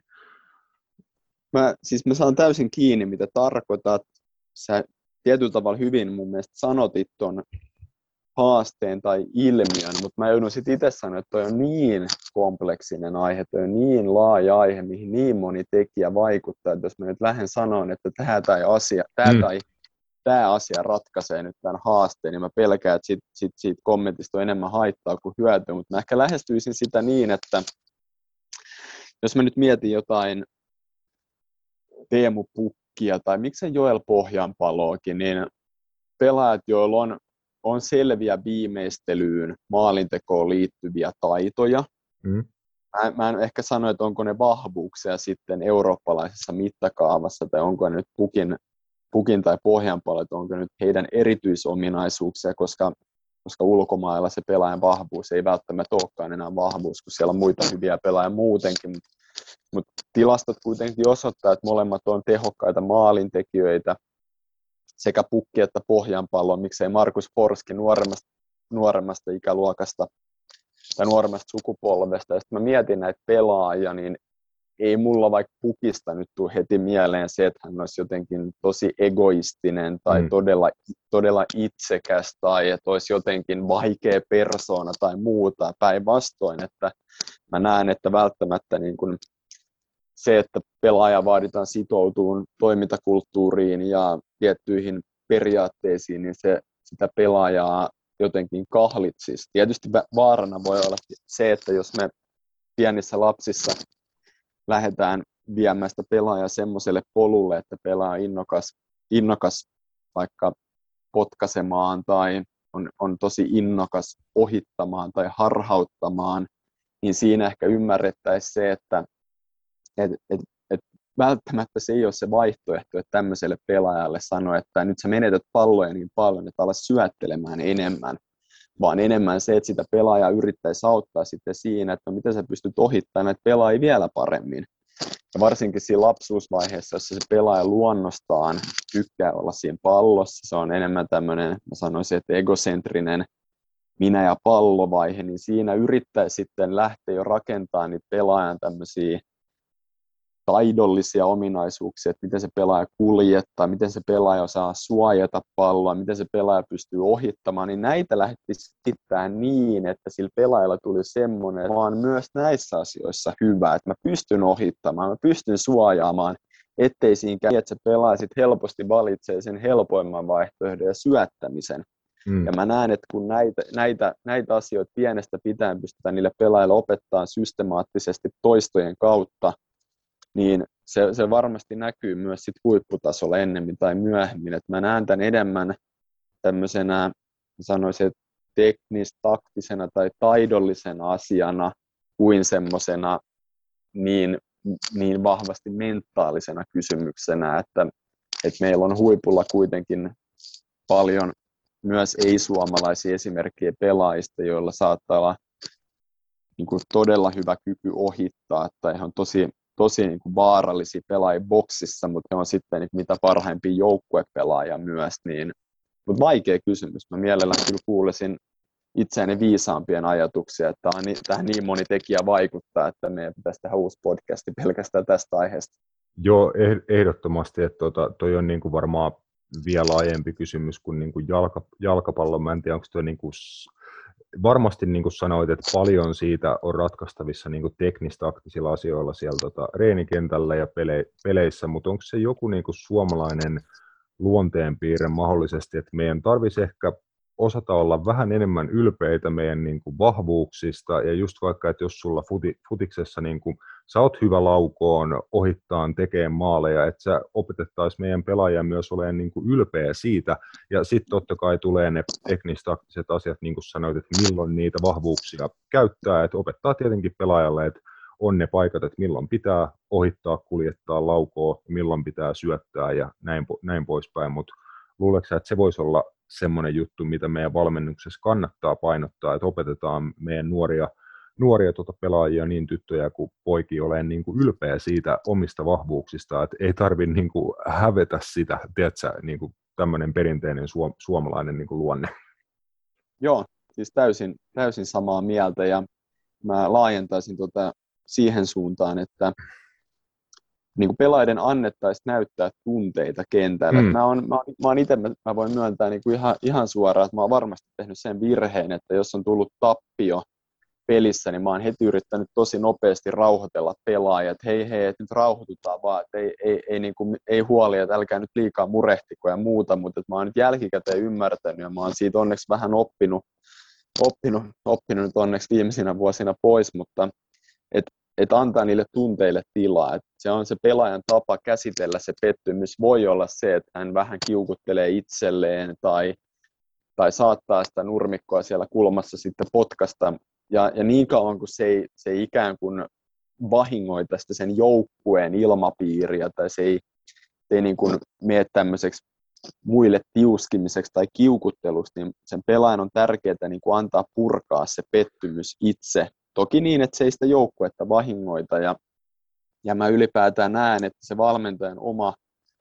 Mä, siis mä saan täysin kiinni, mitä tarkoitat. Sä tietyllä tavalla hyvin mun mielestä sanotit ton haasteen tai ilmiön, mutta mä joudun sitten itse sanoa, että toi on niin kompleksinen aihe, toi on niin laaja aihe, mihin niin moni tekijä vaikuttaa, että jos mä nyt lähden sanomaan, että tämä tai asia, tämä mm. tai tämä asia ratkaisee nyt tämän haasteen, niin mä pelkään, että sit, sit, siitä kommentista on enemmän haittaa kuin hyötyä, mutta mä ehkä lähestyisin sitä niin, että jos mä nyt mietin jotain Teemu Pukkia tai miksei Joel Pohjanpaloakin, niin pelaajat, joilla on, on selviä viimeistelyyn, maalintekoon liittyviä taitoja. Mm. Mä, mä en ehkä sano, että onko ne vahvuuksia sitten eurooppalaisessa mittakaavassa, tai onko ne nyt Pukin, Pukin tai Pohjanpalo, että onko nyt heidän erityisominaisuuksia, koska, koska ulkomailla se pelaajan vahvuus ei välttämättä olekaan enää vahvuus, kun siellä on muita hyviä pelaajia muutenkin. Mutta tilastot kuitenkin osoittaa, että molemmat on tehokkaita maalintekijöitä, sekä Pukki että Pohjanpallo, miksei Markus Forski nuoremmasta, nuoremmasta ikäluokasta tai nuoremmasta sukupolvesta. Ja sitten mä mietin näitä pelaajia, niin ei mulla vaikka Pukista nyt tule heti mieleen se, että hän olisi jotenkin tosi egoistinen tai mm. todella, todella itsekäs tai että olisi jotenkin vaikea persoona tai muuta. Päinvastoin, että mä näen, että välttämättä niin kun se, että pelaaja vaaditaan sitoutumaan toimintakulttuuriin ja tiettyihin periaatteisiin, niin se sitä pelaajaa jotenkin kahlitsisi. Tietysti vaarana voi olla se, että jos me pienissä lapsissa lähdetään viemään sitä pelaajaa semmoiselle polulle, että pelaa innokas, innokas vaikka potkaisemaan tai on, on tosi innokas ohittamaan tai harhauttamaan, niin siinä ehkä ymmärrettäisiin se, että et, et, et välttämättä se ei ole se vaihtoehto, että tämmöiselle pelaajalle sanoo, että nyt sä menetät palloja niin paljon, että ala syöttelemään enemmän, vaan enemmän se, että sitä pelaajaa yrittäisi auttaa sitten siinä, että no, miten sä pystyt ohittamaan näitä pelaajia vielä paremmin. Ja varsinkin siinä lapsuusvaiheessa, jossa se pelaaja luonnostaan tykkää olla siinä pallossa, se on enemmän tämmöinen, mä sanoisin, että egocentrinen minä- ja pallovaihe, niin siinä yrittäisi sitten lähteä jo rakentamaan niitä pelaajan tämmöisiä taidollisia ominaisuuksia, että miten se pelaaja kuljettaa, miten se pelaaja osaa suojata palloa, miten se pelaaja pystyy ohittamaan, niin näitä lähdettiin sitten niin, että sillä pelaajalla tuli semmoinen, että mä oon myös näissä asioissa hyvä, että mä pystyn ohittamaan, mä pystyn suojaamaan, ettei siinä käy, että se pelaaja sitten helposti valitsee sen helpoimman vaihtoehdon ja syöttämisen. Mm. Ja mä näen, että kun näitä, näitä, näitä asioita pienestä pitäen pystytään niille pelaajille opettaa systemaattisesti toistojen kautta, niin se, se varmasti näkyy myös sit huipputasolla ennemmin tai myöhemmin. Et mä näen tämän enemmän tämmöisenä, sanoisin, että teknis-taktisena tai taidollisena asiana kuin semmoisena niin, niin vahvasti mentaalisena kysymyksenä, että, että meillä on huipulla kuitenkin paljon myös ei-suomalaisia esimerkkejä pelaajista, joilla saattaa olla niin kuin todella hyvä kyky ohittaa tai ihan tosi, tosi niin kuin vaarallisia pelaajia boksissa, mutta ne on sitten niin mitä parhaimpia joukkuepelaajia myös. Niin, mutta vaikea kysymys. Mä mielellään kyllä kuulisin itseäni viisaampien ajatuksia, että tähän niin moni tekijä vaikuttaa, että meidän pitäisi tehdä uusi podcasti pelkästään tästä aiheesta. Joo, ehdottomasti, että tota, toi on niin kuin varmaan vielä laajempi kysymys kuin, niin kuin jalka, jalkapallo. Mä en tiedä, onko toi niin kuin, varmasti niin kuin sanoit, että paljon siitä on ratkaistavissa niin kuin teknistaktisilla asioilla siellä tota, reenikentällä ja pele, peleissä, mutta onko se joku niin kuin suomalainen luonteenpiirre mahdollisesti, että meidän tarvitsisi ehkä osata olla vähän enemmän ylpeitä meidän niin kuin vahvuuksista, ja just vaikka, että jos sulla futi, futiksessa niin kuin, sä oot hyvä laukoon, ohittaan, tekee maaleja, että sä opetettaisiin meidän pelaajia myös olemaan niin kuin ylpeä siitä, ja sitten totta kai tulee ne teknistaktiset asiat, niin kuin sanoit, että milloin niitä vahvuuksia käyttää, että opettaa tietenkin pelaajalle, että on ne paikat, että milloin pitää ohittaa, kuljettaa, laukoa, milloin pitää syöttää ja näin, näin poispäin, mutta luuletko että se voisi olla semmoinen juttu, mitä meidän valmennuksessa kannattaa painottaa, että opetetaan meidän nuoria, nuoria tuota pelaajia, niin tyttöjä kuin poikia, olemaan niin kuin ylpeä siitä omista vahvuuksista, että ei tarvitse niin kuin hävetä sitä, tiedätkö, niin kuin tämmöinen perinteinen suom- suomalainen niin kuin luonne. Joo, siis täysin, täysin samaa mieltä, ja mä laajentaisin tuota siihen suuntaan, että niin kuin pelaajien annettaisiin näyttää tunteita kentällä. Mm. Mä, on, mä, mä, oon ite, mä, mä voin myöntää niin kuin ihan, ihan suoraan, että mä oon varmasti tehnyt sen virheen, että jos on tullut tappio pelissä, niin mä oon heti yrittänyt tosi nopeasti rauhoitella pelaajat, että hei hei, että nyt rauhoitutaan vaan, että ei, ei, ei, niin kuin, ei huoli, että älkää nyt liikaa murehtiko ja muuta, mutta että mä oon nyt jälkikäteen ymmärtänyt ja mä oon siitä onneksi vähän oppinut, oppinut, oppinut nyt onneksi viimeisinä vuosina pois, mutta että että antaa niille tunteille tilaa. Että se on se pelaajan tapa käsitellä se pettymys. Voi olla se, että hän vähän kiukuttelee itselleen tai, tai saattaa sitä nurmikkoa siellä kulmassa sitten potkasta. Ja, ja niin kauan kuin se ei, se ei ikään kuin vahingoita sitä sen joukkueen ilmapiiriä tai se ei, se ei niin kuin mene tämmöiseksi muille tiuskimiseksi tai kiukutteluksi, niin sen pelaajan on tärkeää niin kuin antaa purkaa se pettymys itse. Toki niin, että se ei sitä joukkuetta vahingoita, ja, ja mä ylipäätään näen, että se valmentajan oma,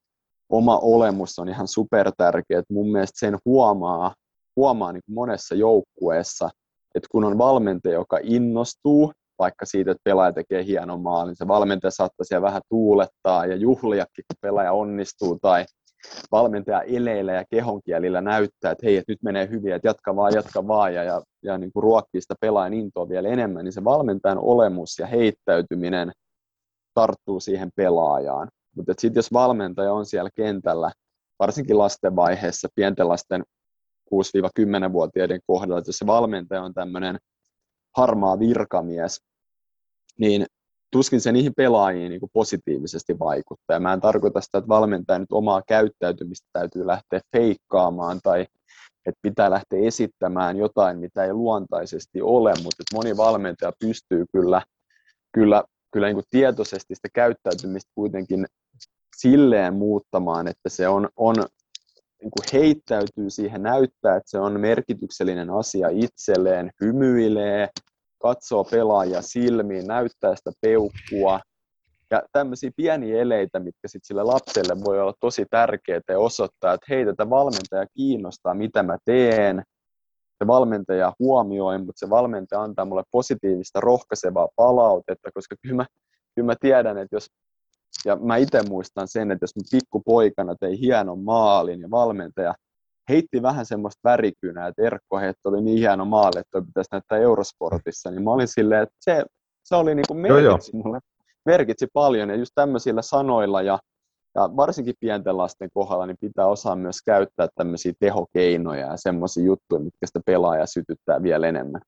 oma olemus on ihan supertärkeä. Että mun mielestä sen huomaa, huomaa niin kuin monessa joukkueessa, että kun on valmentaja, joka innostuu, vaikka siitä, että pelaaja tekee hienon maalin, niin se valmentaja saattaa siellä vähän tuulettaa ja juhliakin, kun pelaaja onnistuu, tai valmentaja eleillä ja kehonkielillä näyttää, että hei, että nyt menee hyvin, että jatka vaan, jatka vaan, ja, ja, ja niin kuin ruokkii sitä pelaajan intoa vielä enemmän, niin se valmentajan olemus ja heittäytyminen tarttuu siihen pelaajaan. Mutta sitten jos valmentaja on siellä kentällä, varsinkin lasten vaiheessa, pienten lasten kuusi-kymmenen-vuotiaiden kohdalla, että jos se valmentaja on tämmöinen harmaa virkamies, niin tuskin se niihin pelaajiin niin kuin positiivisesti vaikuttaa. Ja mä en tarkoita sitä, että valmentaja nyt omaa käyttäytymistä täytyy lähteä feikkaamaan tai että pitää lähteä esittämään jotain, mitä ei luontaisesti ole, mutta että moni valmentaja pystyy kyllä, kyllä, kyllä niin kuin tietoisesti sitä käyttäytymistä kuitenkin silleen muuttamaan, että se on, on niin kuin heittäytyy siihen, näyttää, että se on merkityksellinen asia itselleen, hymyilee, katsoo pelaajia silmiin, näyttää sitä peukkua. Ja tämmöisiä pieniä eleitä, mitkä sitten sille lapselle voi olla tosi tärkeitä ja osoittaa, että hei, tätä valmentaja kiinnostaa, mitä mä teen. Se valmentaja huomioi, mutta se valmentaja antaa mulle positiivista, rohkaisevaa palautetta, koska kyllä mä, kyllä mä tiedän, että jos, ja mä itse muistan sen, että jos mä pikkupoikana tein hienon maalin ja valmentaja heitti vähän semmoista värikynää, että Erkko heitti oli niin hieno maali, että toi pitäisi näyttää Eurosportissa, niin mä olin silleen, että se, se oli niin kuin merkitsi mulle, merkitsi paljon, ja just tämmöisillä sanoilla, ja, ja varsinkin pienten lasten kohdalla, niin pitää osaa myös käyttää tämmöisiä tehokeinoja ja semmoisia juttuja, mitkä sitä pelaajaa sytyttää vielä enemmän.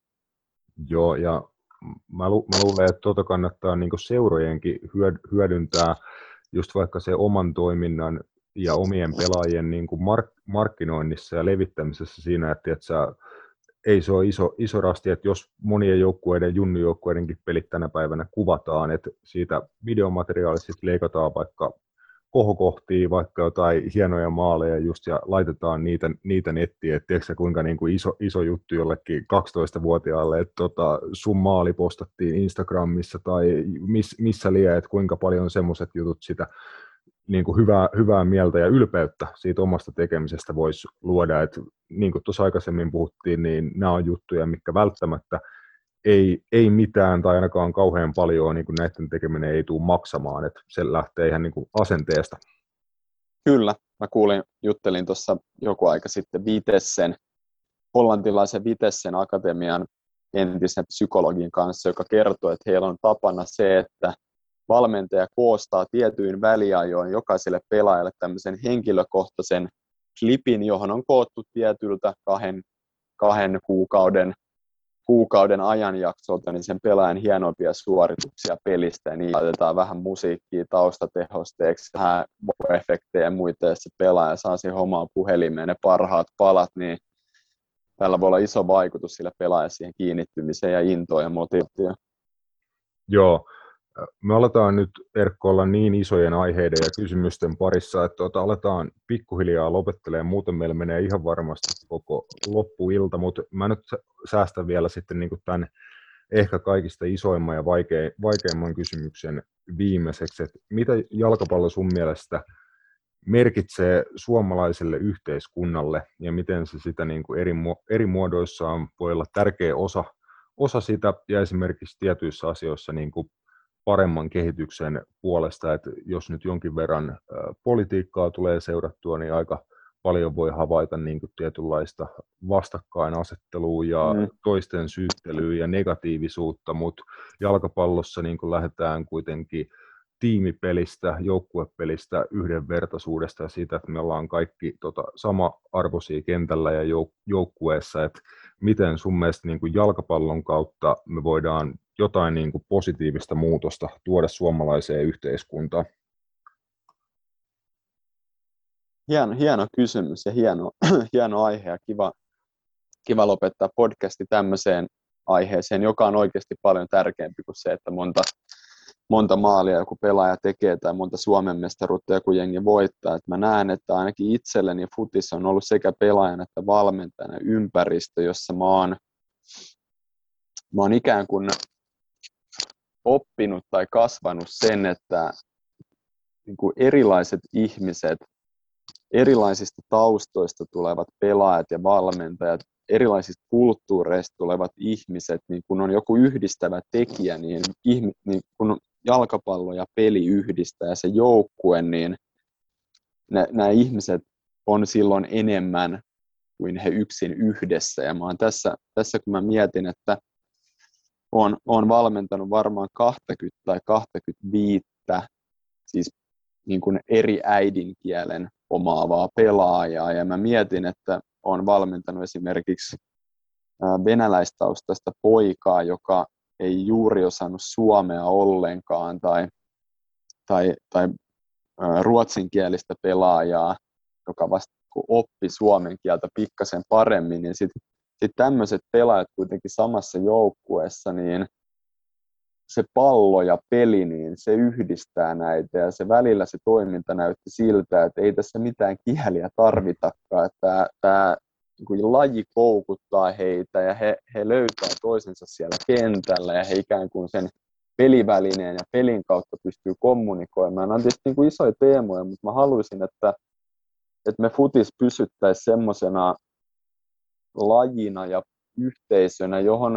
Joo, ja mä, lu- mä luulen, että tuota kannattaa niin kuin seurojenkin hyödyntää, just vaikka se oman toiminnan ja omien pelaajien niin kuin mark- markkinoinnissa ja levittämisessä siinä, että, että sä, ei se ole iso, iso rasti, että jos monien joukkueiden, junnujoukkueidenkin pelit tänä päivänä kuvataan, että siitä videomateriaalista leikataan vaikka kohokohtia, vaikka jotain hienoja maaleja just ja laitetaan niitä, niitä nettiin, että tiedätkö kuinka niin kuin iso, iso juttu jollekin kaksitoistavuotiaalle, että tota, sun maali postattiin Instagramissa tai miss, missä liian, että kuinka paljon semmoiset jutut sitä niin kuin hyvää, hyvää mieltä ja ylpeyttä siitä omasta tekemisestä voisi luoda, että niin kuin tuossa aikaisemmin puhuttiin, niin nämä on juttuja, mitkä välttämättä ei, ei mitään tai ainakaan kauhean paljon niin kuin näiden tekeminen ei tule maksamaan, että se lähtee ihan niin kuin asenteesta. Kyllä, mä kuulin, juttelin tuossa joku aika sitten Vitessen, hollantilaisen Vitessen akatemian entisen psykologin kanssa, joka kertoo, että heillä on tapana se, että valmentaja koostaa tietyin väliajoin jokaiselle pelaajalle tämmöisen henkilökohtaisen klipin, johon on koottu tietyltä kahden, kahden kuukauden, kuukauden ajanjaksolta niin sen pelaajan hienompia suorituksia pelistä, ja niin laitetaan vähän musiikkia taustatehosteeksi, vähän efektejä ja muita, ja se pelaaja saa siihen omaan puhelimeen ne parhaat palat, niin tällä voi olla iso vaikutus sillä pelaajan siihen kiinnittymiseen ja intoon ja motivaatioon. Joo. Me aletaan nyt, Erkko, olla niin isojen aiheiden ja kysymysten parissa, että tuota, aletaan pikkuhiljaa lopettelemaan, muuten meillä menee ihan varmasti koko loppuilta, mutta mä nyt säästän vielä sitten niin kuin tämän ehkä kaikista isoimman ja vaikein, vaikeimman kysymyksen viimeiseksi, että mitä jalkapallo sun mielestä merkitsee suomalaiselle yhteiskunnalle ja miten se sitä niin kuin eri, eri muodoissaan voi olla tärkeä osa, osa sitä ja esimerkiksi tietyissä asioissa niin kuin paremman kehityksen puolesta, että jos nyt jonkin verran politiikkaa tulee seurattua, niin aika paljon voi havaita niin kuin tietynlaista vastakkainasettelua ja mm. toisten syyttelyä ja negatiivisuutta, mutta jalkapallossa niin kuin lähdetään kuitenkin tiimipelistä, joukkuepelistä, yhdenvertaisuudesta ja siitä, että me ollaan kaikki tota, sama-arvoisia kentällä ja jouk- joukkueessa, että miten sun mielestä niin kuin jalkapallon kautta me voidaan jotain niin kuin positiivista muutosta tuoda suomalaiseen yhteiskuntaan? Hieno, hieno kysymys ja hieno, hieno aihe ja kiva, kiva lopettaa podcasti tämmöiseen aiheeseen, joka on oikeasti paljon tärkeämpi kuin se, että monta, monta maalia joku pelaaja tekee tai monta Suomen mestaruutta joku jengi voittaa. Et mä näen, että ainakin itselleni futis on ollut sekä pelaajana että valmentajana ympäristö, jossa mä oon, mä oon ikään kuin oppinut tai kasvanut sen, että niin kuin erilaiset ihmiset, erilaisista taustoista tulevat pelaajat ja valmentajat, erilaisista kulttuureista tulevat ihmiset, niin kun on joku yhdistävä tekijä, niin, ihmi, niin kun jalkapallo ja peli yhdistää ja se joukkue, niin nämä ihmiset on silloin enemmän kuin he yksin yhdessä. Ja mä oon tässä, tässä kun mä mietin, että olen, olen valmentanut varmaan kaksikymmentä tai kaksikymmentäviisi siis niin kuin eri äidinkielen omaavaa pelaajaa, ja mä mietin, että olen valmentanut esimerkiksi venäläistaustaista poikaa, joka ei juuri osannut suomea ollenkaan, tai, tai, tai ruotsinkielistä pelaajaa, joka vasta oppi suomen kieltä pikkasen paremmin, niin sitten sit tämmöiset pelaajat kuitenkin samassa joukkueessa, niin se pallo ja peli, niin se yhdistää näitä, ja se välillä se toiminta näytti siltä, että ei tässä mitään kieliä tarvitakaan, että tämä niin laji koukuttaa heitä, ja he, he löytää toisensa siellä kentällä, ja he ikään kuin sen pelivälineen ja pelin kautta pystyy kommunikoimaan. Nämä on tietysti niin kuin isoja teemoja, mutta mä haluaisin, että, että me futis pysyttäisiin semmoisena lajina ja yhteisönä, johon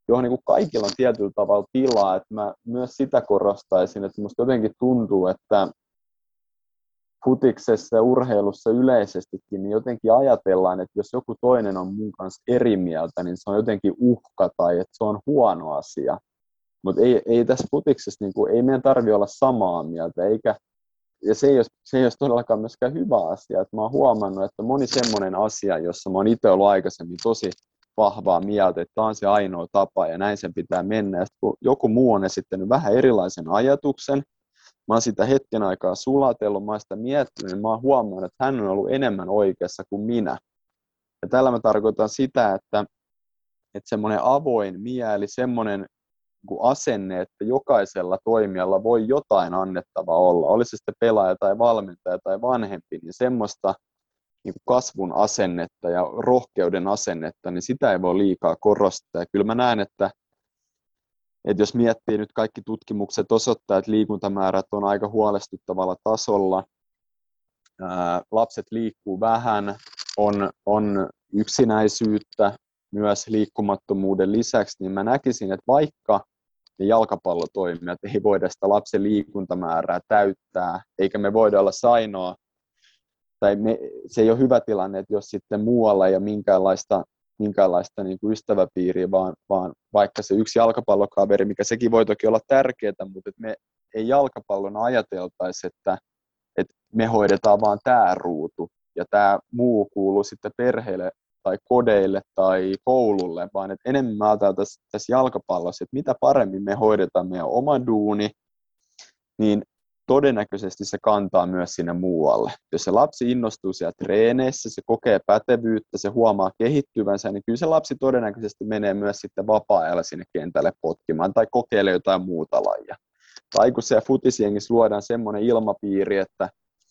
johon niin kuin kaikilla on tietyllä tavalla tilaa, että mä myös sitä korostaisin, että musta jotenkin tuntuu, että futiksessa ja urheilussa yleisestikin, niin jotenkin ajatellaan, että jos joku toinen on mun kanssa eri mieltä, niin se on jotenkin uhka tai että se on huono asia. Mutta ei, ei tässä futiksessa, niin kuin, ei meidän tarvitse olla samaa mieltä, eikä, ja se ei, ole, se ei ole todellakaan myöskään hyvä asia. Et mä oon huomannut, että moni semmoinen asia, jossa mä oon itse ollut aikaisemmin tosi vahvaa mieltä, että tämä on se ainoa tapa ja näin sen pitää mennä. Ja kun joku muu on esittänyt vähän erilaisen ajatuksen, mä oon sitä hetken aikaa sulatellut, mä oon sitä miettinyt, niin mä oon huomannut, että hän on ollut enemmän oikeassa kuin minä. Ja tällä mä tarkoitan sitä, että, että semmoinen avoin mieli, semmoinen asenne, että jokaisella toimijalla voi jotain annettavaa olla, oli se sitten pelaaja tai valmentaja tai vanhempi, niin semmoista niin kuin kasvun asennetta ja rohkeuden asennetta, niin sitä ei voi liikaa korostaa. Ja kyllä mä näen, että, että jos miettii nyt kaikki tutkimukset osoittaa, että liikuntamäärät on aika huolestuttavalla tasolla, ää, lapset liikkuu vähän, on, on yksinäisyyttä myös liikkumattomuuden lisäksi, niin mä näkisin, että vaikka ne jalkapallotoimijat ei voida sitä lapsen liikuntamäärää täyttää, eikä me voida olla ainoa, tai me, se ei ole hyvä tilanne, että jos sitten muualla ei ole minkäänlaista, minkäänlaista niin kuin ystäväpiiriä, vaan, vaan vaikka se yksi jalkapallokaveri, mikä sekin voi toki olla tärkeää, mutta että me ei jalkapallona ajateltaisi, että, että me hoidetaan vaan tämä ruutu, ja tämä muu kuuluu sitten perheelle, tai kodeille tai koululle, vaan että enemmän mä ajatellaan tässä, tässä jalkapallossa, että mitä paremmin me hoidetaan meidän oma duuni, niin todennäköisesti se kantaa myös sinne muualle. Jos se lapsi innostuu siellä treeneissä, se kokee pätevyyttä, se huomaa kehittyvänsä, niin kyllä se lapsi todennäköisesti menee myös sitten vapaa-ajalla sinne kentälle potkimaan tai kokeilee jotain muuta lajia. Tai kun siellä futisjengissä luodaan semmoinen ilmapiiri, että,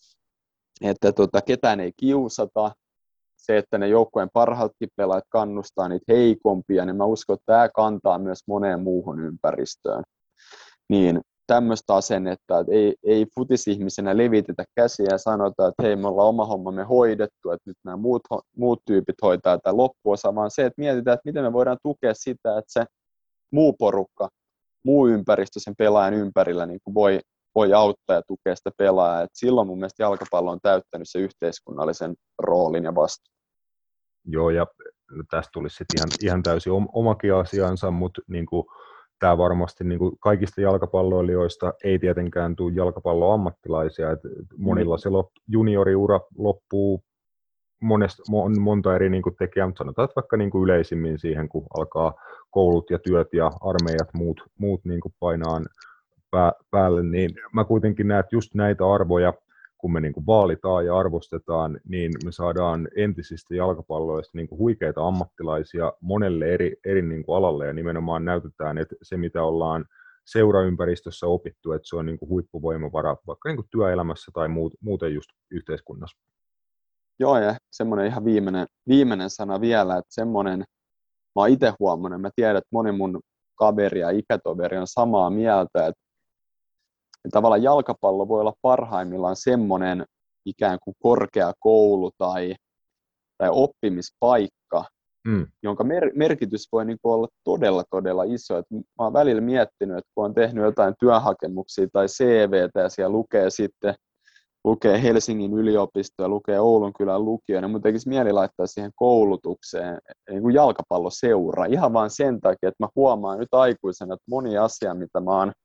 että tota, ketään ei kiusata, se, että ne joukkueen parhaatkin pelaajat kannustaa niitä heikompia, niin mä uskon, että tämä kantaa myös moneen muuhun ympäristöön. Niin tämmöistä asennetta, että ei, ei futisihmisenä levitetä käsiä ja sanota, että hei, me ollaan oma hommamme hoidettu, että nyt nämä muut, muut tyypit hoitaa tätä loppuosa, vaan se, että mietitään, että miten me voidaan tukea sitä, että se muu porukka, muu ympäristö sen pelaajan ympärillä niin kuin voi, voi auttaa ja tukea sitä pelaajaa. Et silloin mun mielestä jalkapallo on täyttänyt se yhteiskunnallisen roolin ja vastuun. Joo, ja tästä tulisi sitten ihan, ihan täysin omakin asiansa, mutta niin kuin, tämä varmasti niin kuin kaikista jalkapalloilijoista ei tietenkään tule jalkapalloammattilaisia. Et monilla se lop, junioriura loppuu monesta, mon, monta eri niin kuin tekijää, mutta sanotaan, että vaikka niin kuin yleisimmin siihen, kun alkaa koulut ja työt ja armeijat muut, muut niin kuin painaa pää, päälle, niin mä kuitenkin näen, että just näitä arvoja, kun me niin kuin vaalitaan ja arvostetaan, niin me saadaan entisistä jalkapalloista niin kuin huikeita ammattilaisia monelle eri, eri niin kuin alalle, ja nimenomaan näytetään, että se, mitä ollaan seuraympäristössä opittu, että se on niin kuin huippuvoimavara vaikka niin kuin työelämässä tai muuten just yhteiskunnassa. Joo, ja semmoinen ihan viimeinen, viimeinen sana vielä, että semmoinen, mä oon itse huomannut, mä tiedän, että moni mun kaveri ja ikätoveri on samaa mieltä, että tavallaan jalkapallo voi olla parhaimmillaan semmoinen ikään kuin korkeakoulu tai, tai oppimispaikka, mm. jonka mer- merkitys voi niin kuin olla todella, todella iso. Et mä oon välillä miettinyt, että kun on tehnyt jotain työhakemuksia tai C V:tä ja siellä lukee sitten lukee Helsingin yliopisto ja lukee Oulunkylän lukio, niin mun tekisi mieli laittaa siihen koulutukseen niin kuin jalkapalloseura. Ihan vaan sen takia, että mä huomaan nyt aikuisena, että moni asia, mitä mä oon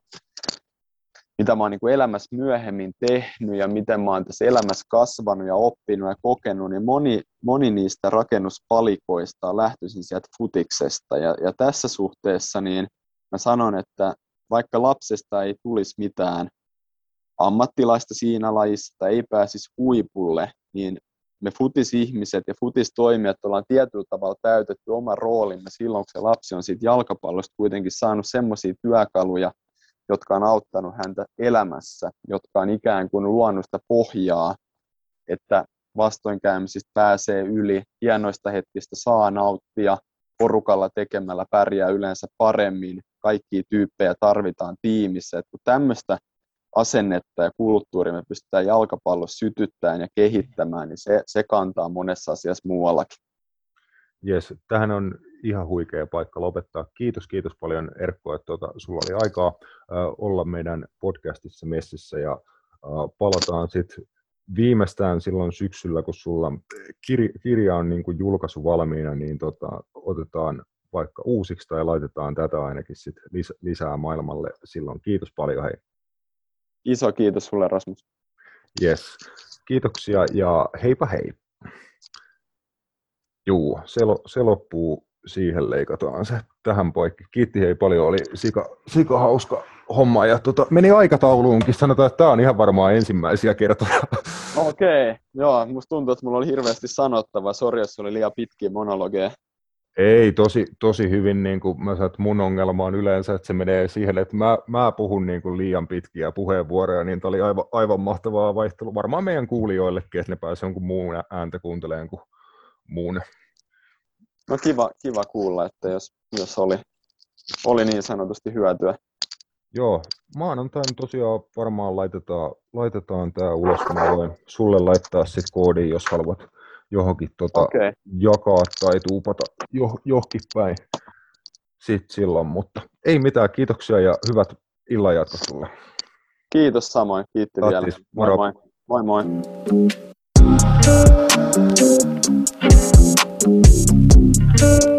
mitä mä oon niin kuin elämässä myöhemmin tehnyt ja miten mä oon tässä elämässä kasvanut ja oppinut ja kokenut, niin moni, moni niistä rakennuspalikoista on lähtöisin sieltä futiksesta. Ja, ja tässä suhteessa niin mä sanon, että vaikka lapsesta ei tulisi mitään ammattilaista siinä lajissa tai ei pääsisi huipulle, niin me futisihmiset ja futistoimijat ollaan tietyllä tavalla täytetty oma roolimme silloin, kun se lapsi on siitä jalkapallosta kuitenkin saanut semmoisia työkaluja, jotka on auttanut häntä elämässä, jotka on ikään kuin luonut sitä pohjaa, että vastoinkäymisistä pääsee yli, hienoista hetkistä saa nauttia, porukalla tekemällä pärjää yleensä paremmin, kaikkia tyyppejä tarvitaan tiimissä. Et kun tämmöistä asennetta ja kulttuuria me pystytään jalkapallossa sytyttämään ja kehittämään, niin se, se kantaa monessa asiassa muuallakin. Jes, tähän on ihan huikea paikka lopettaa. Kiitos, kiitos paljon Erkko, että tuota, sulla oli aikaa äh, olla meidän podcastissa messissä ja äh, palataan sitten viimeistään silloin syksyllä, kun sulla kir- kirja on niin kuin julkaisu valmiina, niin tota, otetaan vaikka uusiksi tai laitetaan tätä ainakin sit lis- lisää maailmalle silloin. Kiitos paljon, hei. Iso kiitos sulle, Rasmus. Yes. Kiitoksia ja heipä hei. Juu, se, lo- se loppuu siihen, leikataan se tähän poikki. Kiitti hei paljon, oli sika, sika hauska homma ja tota, meni aikatauluunkin, sanotaan, että tämä on ihan varmaan ensimmäisiä kertoja. Okei, okay. Joo, musta tuntuu, että mulla oli hirveästi sanottavaa, sori jos oli liian pitkiä monologeja. Ei, tosi, tosi hyvin, niin kuin mä sanon, että mun ongelma on yleensä, että se menee siihen, että mä, mä puhun niin kuin liian pitkiä puheenvuoroja, niin tämä oli aivan, aivan mahtavaa vaihtelua. Varmaan meidän kuulijoillekin, että ne pääsee jonkun muun ääntä kuuntelemaan kuin muun. No kiva, kiva kuulla, että jos, jos oli, oli niin sanotusti hyötyä. Joo, maanantaina tosiaan varmaan laitetaan, laitetaan tämä ulos, mä voin sulle laittaa sitten koodin, jos haluat johonkin tota Okay. jakaa tai tuupata jo, johonkin päin sitten silloin, mutta ei mitään, kiitoksia ja hyvät illanjatkot sulle. Kiitos samoin, kiitti Tattis, vielä. Moi moro. moi. Moi moi. Thank you.